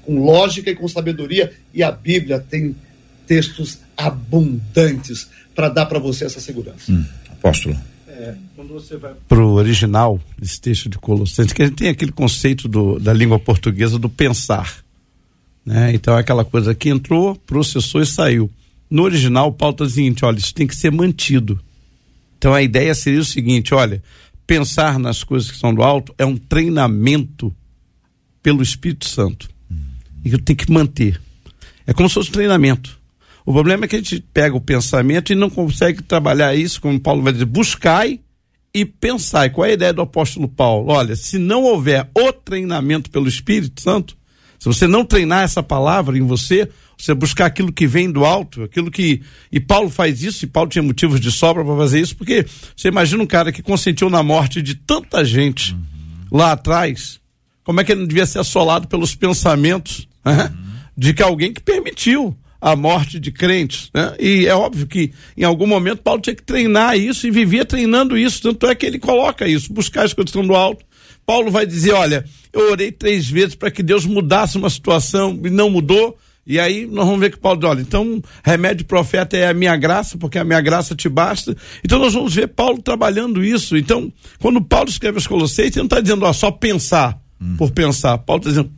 com lógica e com sabedoria, e a Bíblia tem textos abundantes para dar para você essa segurança. Apóstolo. Quando você vai para o original, esse texto de Colossenses, que a gente tem aquele conceito da língua portuguesa do pensar, né? Então é aquela coisa que entrou, processou e saiu. No original, Paulo está dizendo o seguinte: olha, isso tem que ser mantido. Então a ideia seria o seguinte: olha, pensar nas coisas que são do alto é um treinamento pelo Espírito Santo. E que tem que manter. É como se fosse um treinamento. O problema é que a gente pega o pensamento e não consegue trabalhar isso, como Paulo vai dizer, buscai e pensai. Qual é a ideia do apóstolo Paulo? Olha, se não houver o treinamento pelo Espírito Santo, se você não treinar essa palavra em você buscar aquilo que vem do alto, aquilo que... E Paulo faz isso, e Paulo tinha motivos de sobra para fazer isso, porque você imagina um cara que consentiu na morte de tanta gente lá atrás, como é que ele não devia ser assolado pelos pensamentos, né? De que alguém que permitiu a morte de crentes, né? E é óbvio que em algum momento Paulo tinha que treinar isso e vivia treinando isso, tanto é que ele coloca isso, buscar as coisas que estão do alto. Paulo vai dizer, olha, eu orei 3 vezes para que Deus mudasse uma situação e não mudou, e aí nós vamos ver que Paulo diz, olha, então remédio profeta é a minha graça, porque a minha graça te basta. Então nós vamos ver Paulo trabalhando isso. Então, quando Paulo escreve aos Colossenses, ele não está dizendo, ó, só pensar por pensar. Paulo está dizendo,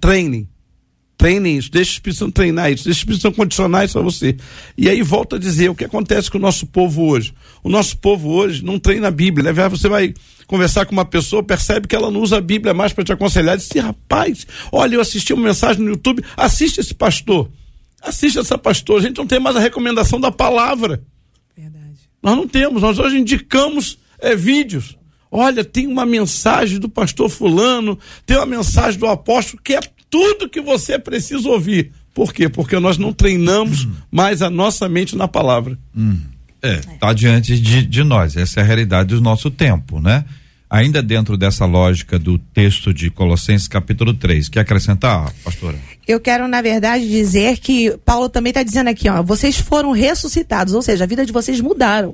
treinem isso, deixa o Espírito Santo treinar isso, deixa o Espírito Santo condicionar isso a você. E aí volta a dizer o que acontece com o nosso povo hoje. O nosso povo hoje não treina a Bíblia, né? Você vai conversar com uma pessoa, percebe que ela não usa a Bíblia mais para te aconselhar, diz, rapaz, olha, eu assisti uma mensagem no YouTube, assiste esse pastor, assiste essa pastora, a gente não tem mais a recomendação da palavra. Verdade. Nós não temos, nós hoje indicamos vídeos. Olha, tem uma mensagem do pastor fulano, tem uma mensagem do apóstolo, que é tudo que você precisa ouvir. Por quê? Porque nós não treinamos mais a nossa mente na palavra. Tá diante de nós, essa é a realidade do nosso tempo, né? Ainda dentro dessa lógica do texto de Colossenses capítulo 3, quer acrescentar, pastora? Eu quero, na verdade, dizer que Paulo também está dizendo aqui, ó, vocês foram ressuscitados, ou seja, a vida de vocês mudaram.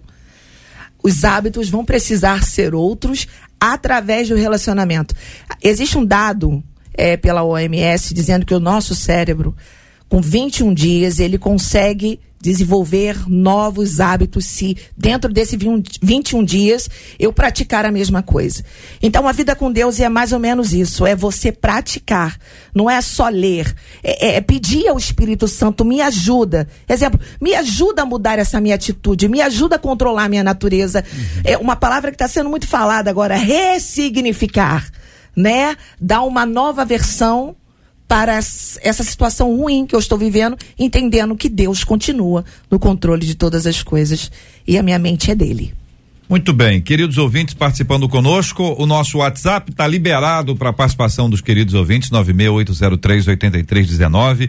Os hábitos vão precisar ser outros através do relacionamento. Existe um dado pela OMS dizendo que o nosso cérebro, com 21 dias, ele consegue desenvolver novos hábitos se dentro desses 21 dias eu praticar a mesma coisa. Então a vida com Deus é mais ou menos isso, é você praticar, não é só ler, é pedir ao Espírito Santo, me ajuda, exemplo, me ajuda a mudar essa minha atitude, me ajuda a controlar a minha natureza. É uma palavra que está sendo muito falada agora, ressignificar, né? Dar uma nova versão para essa situação ruim que eu estou vivendo, entendendo que Deus continua no controle de todas as coisas e a minha mente é dele. Muito bem, queridos ouvintes participando conosco, o nosso WhatsApp está liberado para a participação dos queridos ouvintes, 96803-8319,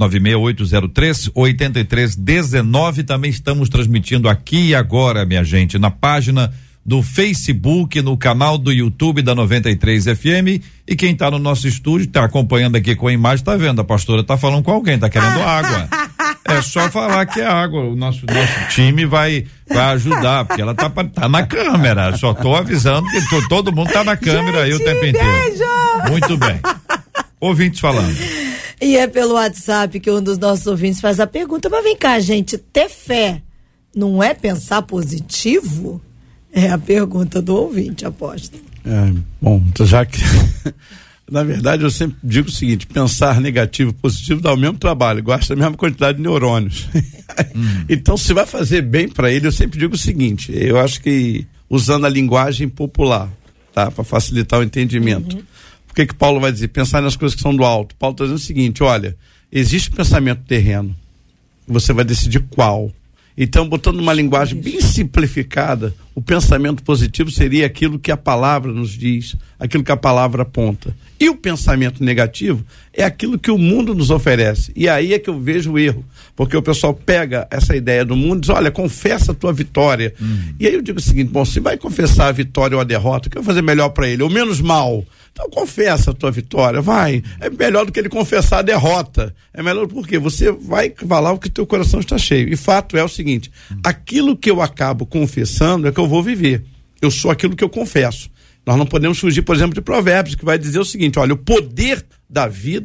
96803-8319, também estamos transmitindo aqui e agora, minha gente, na página do Facebook, no canal do YouTube da 93 FM, e quem está no nosso estúdio, está acompanhando aqui com a imagem, está vendo, a pastora está falando com alguém, está querendo água. É só falar que é água, o nosso time vai ajudar, porque ela tá na câmera, só tô avisando que todo mundo tá na câmera aí o tempo inteiro. Muito bem. Ouvintes falando. E é pelo WhatsApp que um dos nossos ouvintes faz a pergunta, mas vem cá, gente, ter fé não é pensar positivo? É a pergunta do ouvinte, apóstolo. Bom, já que na verdade eu sempre digo o seguinte, pensar negativo e positivo dá o mesmo trabalho, gasta a mesma quantidade de neurônios. Então se vai fazer bem para ele, eu sempre digo o seguinte, eu acho que usando a linguagem popular, tá? Para facilitar o entendimento. Por que Paulo vai dizer? Pensar nas coisas que são do alto. Paulo está dizendo o seguinte, olha, existe pensamento terreno, você vai decidir qual. Então, botando uma linguagem bem simplificada, o pensamento positivo seria aquilo que a palavra nos diz, aquilo que a palavra aponta. E o pensamento negativo é aquilo que o mundo nos oferece. E aí é que eu vejo o erro, porque o pessoal pega essa ideia do mundo e diz, olha, confessa a tua vitória. E aí eu digo o seguinte, bom, se vai confessar a vitória ou a derrota, o que vai fazer melhor para ele? Ou menos mal? Então confessa a tua vitória, vai. É melhor do que ele confessar a derrota. É melhor porque você vai falar o que teu coração está cheio. E fato é o seguinte, aquilo que eu acabo confessando é que eu vou viver. Eu sou aquilo que eu confesso. Nós não podemos fugir, por exemplo, de Provérbios, que vai dizer o seguinte, olha, o poder da vida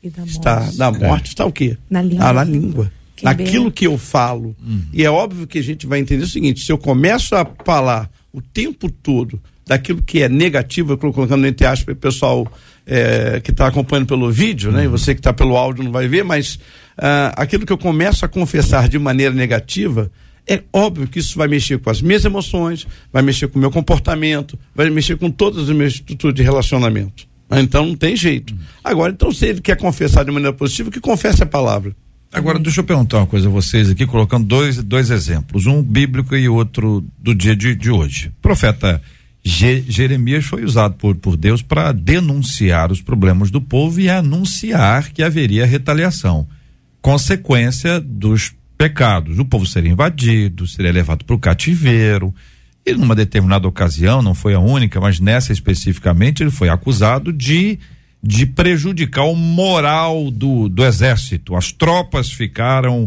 Da morte está o quê? Na língua. Na língua. Naquilo que eu falo. E é óbvio que a gente vai entender o seguinte: se eu começo a falar o tempo todo daquilo que é negativo, eu estou colocando entre aspas, o pessoal que está acompanhando pelo vídeo, né? E você que está pelo áudio não vai ver, mas aquilo que eu começo a confessar de maneira negativa, é óbvio que isso vai mexer com as minhas emoções, vai mexer com o meu comportamento, vai mexer com todas as minhas estruturas de relacionamento. Então não tem jeito. Agora, então, se ele quer confessar de maneira positiva, que confesse a palavra. Agora, deixa eu perguntar uma coisa a vocês aqui, colocando dois exemplos, um bíblico e outro do dia de hoje. O profeta Jeremias foi usado por Deus para denunciar os problemas do povo e anunciar que haveria retaliação, consequência dos pecados. O povo seria invadido, seria levado para o cativeiro. E numa determinada ocasião, não foi a única, mas nessa especificamente, ele foi acusado de prejudicar o moral do exército. As tropas ficaram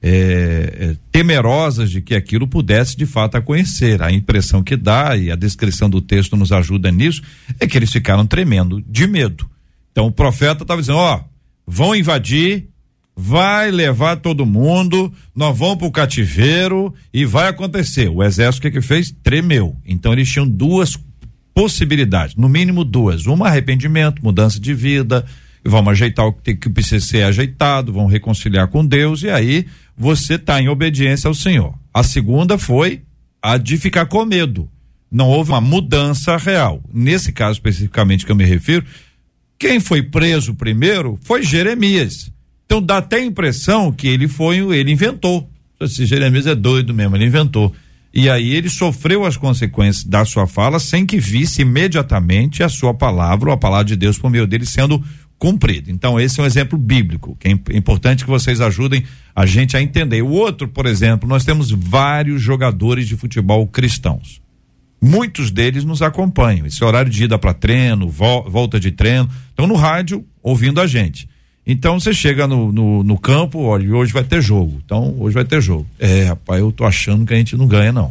temerosas de que aquilo pudesse de fato acontecer. A impressão que dá, e a descrição do texto nos ajuda nisso, é que eles ficaram tremendo de medo. Então o profeta estava dizendo, vão invadir, vai levar todo mundo, nós vamos para o cativeiro e vai acontecer. O exército que fez? Tremeu. Então eles tinham duas possibilidades, no mínimo duas: uma, arrependimento, mudança de vida, vamos ajeitar o que precisa ser ajeitado, vamos reconciliar com Deus, e aí você está em obediência ao Senhor. A segunda foi a de ficar com medo. Não houve uma mudança real. Nesse caso especificamente que eu me refiro, quem foi preso primeiro foi Jeremias. Então dá até a impressão que ele inventou. Esse Jeremias é doido mesmo, ele inventou. E aí ele sofreu as consequências da sua fala sem que visse imediatamente a sua palavra, ou a palavra de Deus por meio dele sendo cumprida. Então esse é um exemplo bíblico, que é importante que vocês ajudem a gente a entender. O outro, por exemplo, nós temos vários jogadores de futebol cristãos. Muitos deles nos acompanham. Esse horário de ida para treino, volta de treino, estão no rádio ouvindo a gente. Então você chega no campo, olha, hoje vai ter jogo. Então, hoje vai ter jogo. Rapaz, eu tô achando que a gente não ganha, não.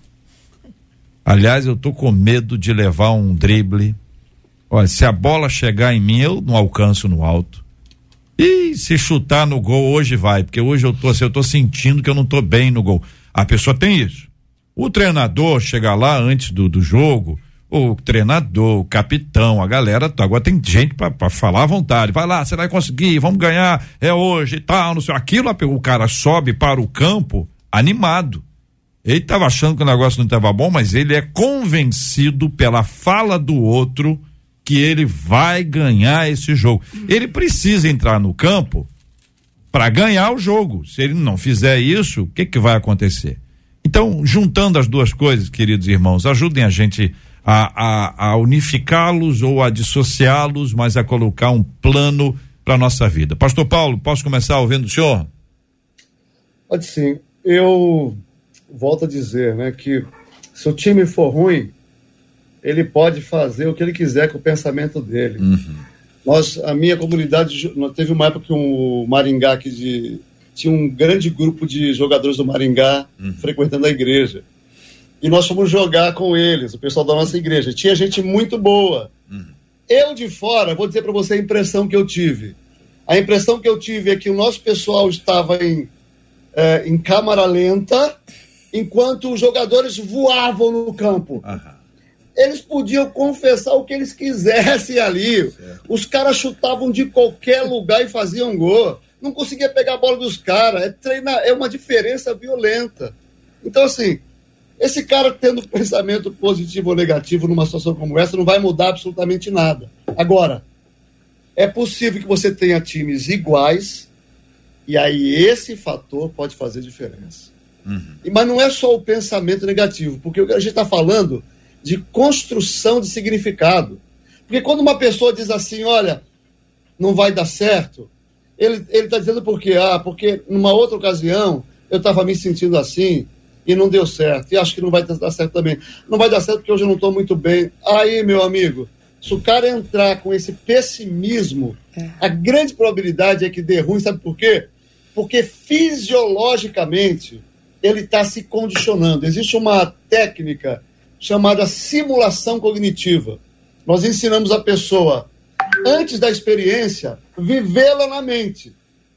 Aliás, eu tô com medo de levar um drible. Olha, se a bola chegar em mim, eu não alcanço no alto. E se chutar no gol, hoje vai, porque hoje eu tô sentindo que eu não tô bem no gol. A pessoa tem isso. O treinador chega lá antes do jogo, o treinador, o capitão, a galera, agora tem gente pra falar à vontade, vai lá, você vai conseguir, vamos ganhar, é hoje e tal, não sei, aquilo, o cara sobe para o campo animado. Ele tava achando que o negócio não estava bom, mas ele é convencido pela fala do outro que ele vai ganhar esse jogo. Ele precisa entrar no campo para ganhar o jogo. Se ele não fizer isso, o que vai acontecer? Então, juntando as duas coisas, queridos irmãos, ajudem a gente a unificá-los ou a dissociá-los, mas a colocar um plano para nossa vida. Pastor Paulo, posso começar ouvindo o senhor? Pode sim. Eu volto a dizer, né, que se o time for ruim, ele pode fazer o que ele quiser com o pensamento dele. A minha comunidade, teve uma época que o Maringá tinha um grande grupo de jogadores do Maringá frequentando a igreja. E nós fomos jogar com eles, o pessoal da nossa igreja. Tinha gente muito boa. Eu de fora, vou dizer para você a impressão que eu tive. A impressão que eu tive é que o nosso pessoal estava em câmara lenta, enquanto os jogadores voavam no campo. Eles podiam confessar o que eles quisessem ali. Os caras chutavam de qualquer lugar e faziam gol. Não conseguia pegar a bola dos caras. É uma diferença violenta. Então, assim, esse cara tendo pensamento positivo ou negativo numa situação como essa não vai mudar absolutamente nada. Agora, é possível que você tenha times iguais e aí esse fator pode fazer diferença. Mas não é só o pensamento negativo, porque o que a gente está falando de construção de significado. Porque quando uma pessoa diz assim, olha, não vai dar certo, ele está dizendo por quê? Porque numa outra ocasião eu estava me sentindo assim e não deu certo, e acho que não vai dar certo também. Não vai dar certo porque hoje eu não estou muito bem. Aí, meu amigo, se o cara entrar com esse pessimismo, a grande probabilidade é que dê ruim, sabe por quê? Porque fisiologicamente ele está se condicionando. Existe uma técnica chamada simulação cognitiva. Nós ensinamos a pessoa antes da experiência, vivê-la na mente.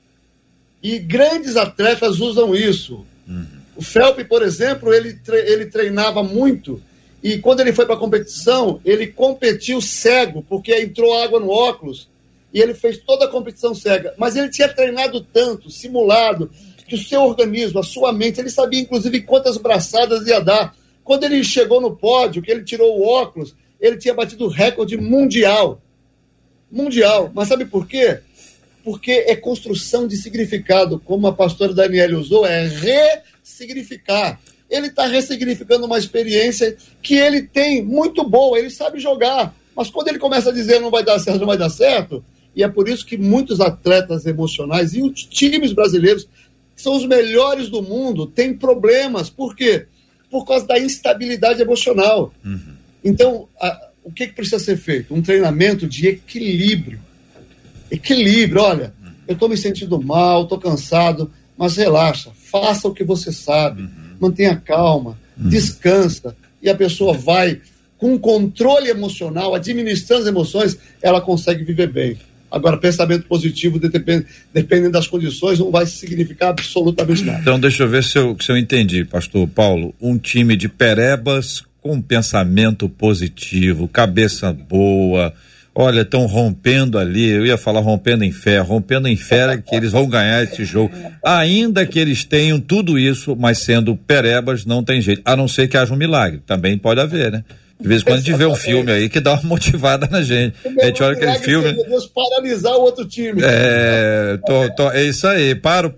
E grandes atletas usam isso. O Phelps, por exemplo, ele treinava muito, e quando ele foi para a competição, ele competiu cego, porque entrou água no óculos, e ele fez toda a competição cega. Mas ele tinha treinado tanto, simulado, que o seu organismo, a sua mente, ele sabia inclusive quantas braçadas ia dar. Quando ele chegou no pódio, que ele tirou o óculos, ele tinha batido o recorde mundial. Mundial. Mas sabe por quê? Porque é construção de significado, como a pastora Daniela usou, é ressignificar. Ele está ressignificando uma experiência que ele tem muito boa, ele sabe jogar. Mas quando ele começa a dizer não vai dar certo, não vai dar certo, e é por isso que muitos atletas emocionais e os times brasileiros, que são os melhores do mundo, têm problemas. Por quê? Por causa da instabilidade emocional. Então, o que precisa ser feito? Um treinamento de equilíbrio. Equilíbrio, olha, eu estou me sentindo mal, estou cansado, mas relaxa, faça o que você sabe, mantenha calma, descansa, e a pessoa vai, com controle emocional, administrando as emoções, ela consegue viver bem. Agora, pensamento positivo, dependendo das condições, não vai significar absolutamente nada. Então, deixa eu ver se eu entendi, pastor Paulo. Um time de perebas com pensamento positivo, cabeça boa. Olha, estão rompendo ali, eu ia falar rompendo em fé é que eles vão ganhar esse jogo. Ainda que eles tenham tudo isso, mas sendo perebas, não tem jeito. A não ser que haja um milagre. Também pode haver, né? De vez em quando a gente vê um filme aí que dá uma motivada na gente. A gente olha aquele filme. Deus paralisar o outro time. É isso aí.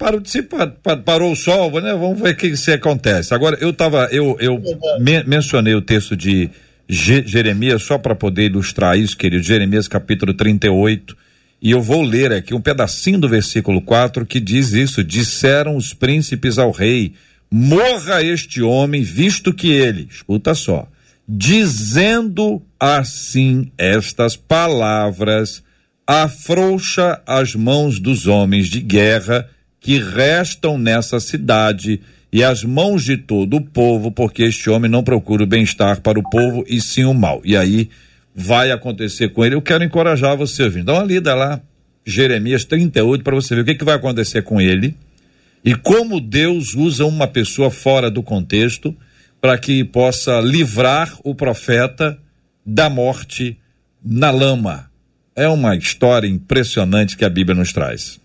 Parou o sol, né? Vamos ver o que acontece. Agora, eu mencionei o texto de Jeremias só para poder ilustrar isso, querido. Jeremias capítulo 38. E eu vou ler aqui um pedacinho do versículo 4 que diz isso: disseram os príncipes ao rei, morra este homem, visto que ele, escuta só, dizendo assim estas palavras, afrouxa as mãos dos homens de guerra que restam nessa cidade e as mãos de todo o povo, porque este homem não procura o bem-estar para o povo e sim o mal. E aí vai acontecer com ele. Eu quero encorajar você, ouvindo. Dá uma lida lá, Jeremias 38, para você ver o que vai acontecer com ele e como Deus usa uma pessoa fora do contexto para que possa livrar o profeta da morte na lama. É uma história impressionante que a Bíblia nos traz.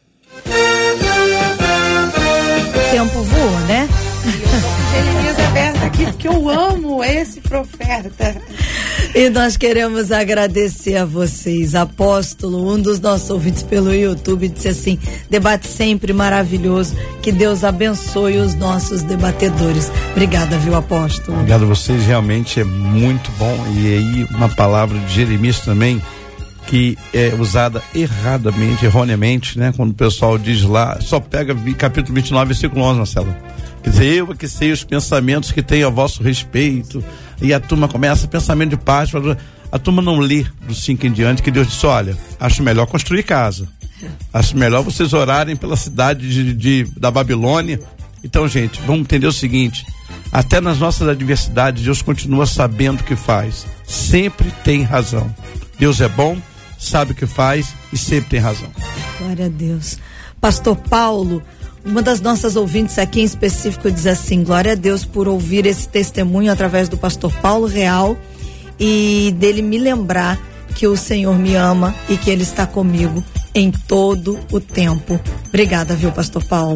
O tempo voa, né? Jeremias aberta aqui, porque eu amo esse profeta. E nós queremos agradecer a vocês. Apóstolo, um dos nossos ouvintes pelo YouTube, disse assim: debate sempre maravilhoso, que Deus abençoe os nossos debatedores. Obrigada, viu, apóstolo? Obrigado a vocês, realmente é muito bom. E aí uma palavra de Jeremias também, que é usada erroneamente, né? Quando o pessoal diz lá, só pega capítulo 29, versículo 11, Marcelo. Quer dizer, eu que sei os pensamentos que tenho a vosso respeito. E a turma começa, pensamento de paz. A turma não lê do 5 em diante, que Deus disse: olha, acho melhor construir casa. Acho melhor vocês orarem pela cidade da Babilônia. Então, gente, vamos entender o seguinte: até nas nossas adversidades, Deus continua sabendo o que faz. Sempre tem razão. Deus é bom, sabe o que faz e sempre tem razão. Glória a Deus. Pastor Paulo, uma das nossas ouvintes aqui em específico diz assim: glória a Deus por ouvir esse testemunho através do pastor Paulo Real e dele me lembrar que o Senhor me ama e que Ele está comigo em todo o tempo. Obrigada, viu, pastor Paulo?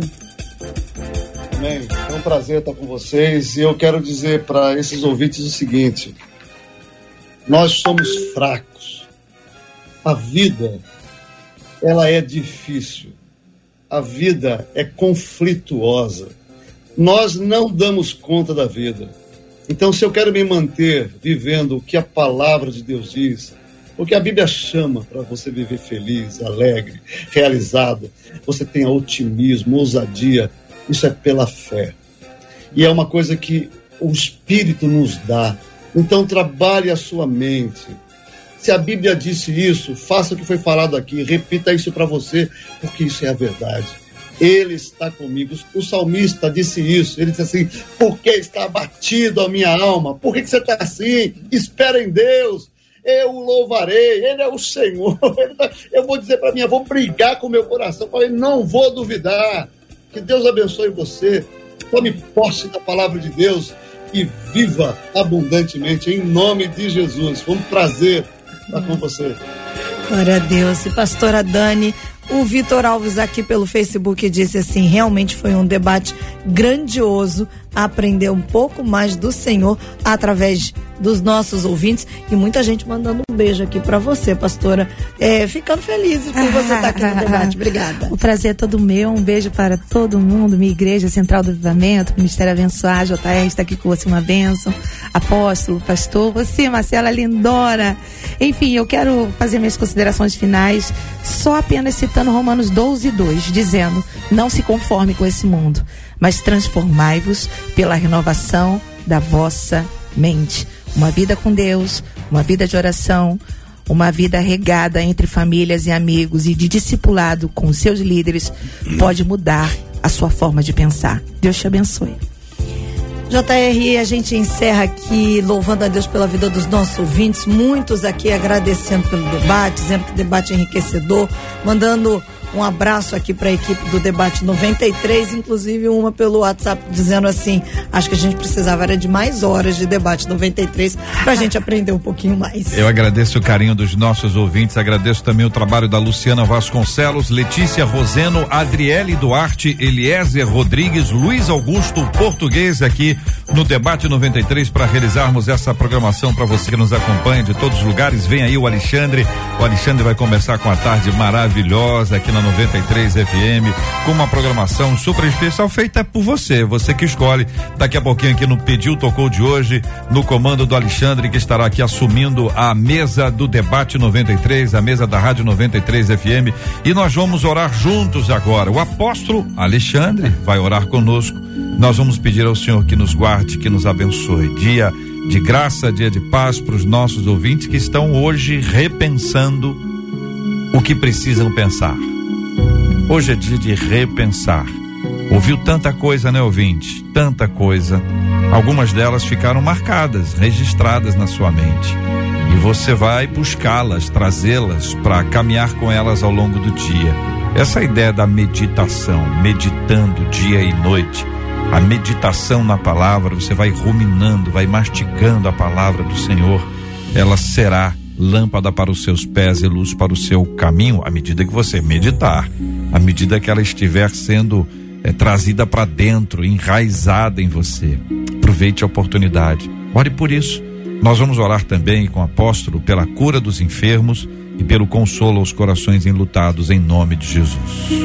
Amém. É um prazer estar com vocês e eu quero dizer para esses ouvintes o seguinte: nós somos fracos. A vida, ela é difícil. A vida é conflituosa. Nós não damos conta da vida. Então, se eu quero me manter vivendo o que a palavra de Deus diz, o que a Bíblia chama para você viver feliz, alegre, realizado, você tenha otimismo, ousadia, isso é pela fé. E é uma coisa que o Espírito nos dá. Então, trabalhe a sua mente. Se a Bíblia disse isso, faça o que foi falado aqui, repita isso para você, porque isso é a verdade. Ele está comigo. O salmista disse isso. Ele disse assim: por que está abatido a minha alma? Por que você está assim? Espera em Deus. eu o louvarei, ele é o Senhor. Eu vou dizer para mim, eu vou brigar com o meu coração, falei, não vou duvidar. Que Deus abençoe você, tome posse da palavra de Deus e viva abundantemente, em nome de Jesus. Foi um prazer estar com você. Glória a Deus. E pastora Dani, o Vitor Alves aqui pelo Facebook disse assim, realmente foi um debate grandioso, aprender um pouco mais do Senhor através dos nossos ouvintes e muita gente mandando um beijo aqui pra você, pastora, ficando feliz por você estar aqui no debate. Obrigada. O prazer é todo meu, um beijo para todo mundo, minha igreja Central do Avivamento, Ministério Abençoar, JR está aqui com você, uma bênção, apóstolo, pastor, você, Marcela Lindora, enfim, eu quero fazer minhas considerações finais, só apenas citando Romanos 12:2, dizendo, não se conforme com esse mundo, mas transformai-vos pela renovação da vossa mente. Uma vida com Deus, uma vida de oração, uma vida regada entre famílias e amigos e de discipulado com os seus líderes pode mudar a sua forma de pensar. Deus te abençoe. JR, a gente encerra aqui louvando a Deus pela vida dos nossos ouvintes, muitos aqui agradecendo pelo debate, dizendo que o debate é enriquecedor, mandando um abraço aqui para a equipe do Debate 93, inclusive uma pelo WhatsApp dizendo assim, acho que a gente precisava era de mais horas de Debate 93 para a gente aprender um pouquinho mais. Eu agradeço o carinho dos nossos ouvintes, agradeço também o trabalho da Luciana Vasconcelos, Letícia Roseno, Adriele Duarte, Eliezer Rodrigues, Luiz Augusto Português aqui no Debate 93 para realizarmos essa programação para você que nos acompanha de todos os lugares. Vem aí o Alexandre vai começar com a tarde maravilhosa aqui na 93 FM, com uma programação super especial feita por você que escolhe. Daqui a pouquinho aqui no Pediu, Tocou de hoje, no comando do Alexandre, que estará aqui assumindo a mesa do Debate 93, a mesa da Rádio 93 FM, e nós vamos orar juntos agora. O apóstolo Alexandre vai orar conosco. Nós vamos pedir ao Senhor que nos guarde, que nos abençoe. Dia de graça, dia de paz para os nossos ouvintes que estão hoje repensando o que precisam pensar. Hoje é dia de repensar. Ouviu tanta coisa, né, ouvinte? Tanta coisa. Algumas delas ficaram marcadas, registradas na sua mente. E você vai buscá-las, trazê-las para caminhar com elas ao longo do dia. Essa ideia da meditação, meditando dia e noite. A meditação na palavra, você vai ruminando, vai mastigando a palavra do Senhor. Ela será lâmpada para os seus pés e luz para o seu caminho, à medida que você meditar, à medida que ela estiver sendo trazida para dentro, enraizada em você. Aproveite a oportunidade, ore por isso. Nós vamos orar também com o apóstolo pela cura dos enfermos e pelo consolo aos corações enlutados, em nome de Jesus.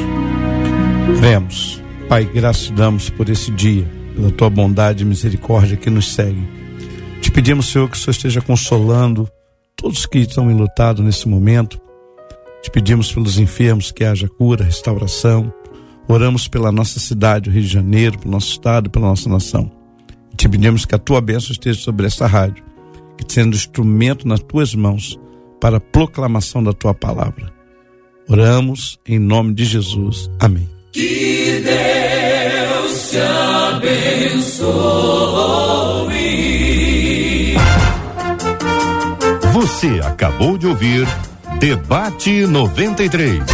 Vemos, Pai, graças te damos por esse dia, pela tua bondade e misericórdia que nos segue. Te pedimos, Senhor, que o Senhor esteja consolando todos que estão enlutados nesse momento. Te pedimos pelos enfermos que haja cura, restauração. Oramos pela nossa cidade, o Rio de Janeiro, pelo nosso estado, pela nossa nação. E te pedimos que a tua bênção esteja sobre essa rádio, que sendo instrumento nas tuas mãos para a proclamação da tua palavra. Oramos em nome de Jesus. Amém. Que Deus te abençoe. Você acabou de ouvir Debate 93.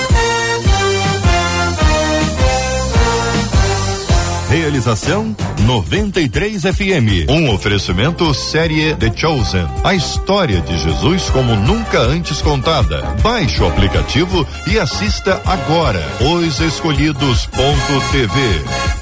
Realização 93 FM. Um oferecimento série The Chosen. A história de Jesus como nunca antes contada. Baixe o aplicativo e assista agora. Os Escolhidos.tv.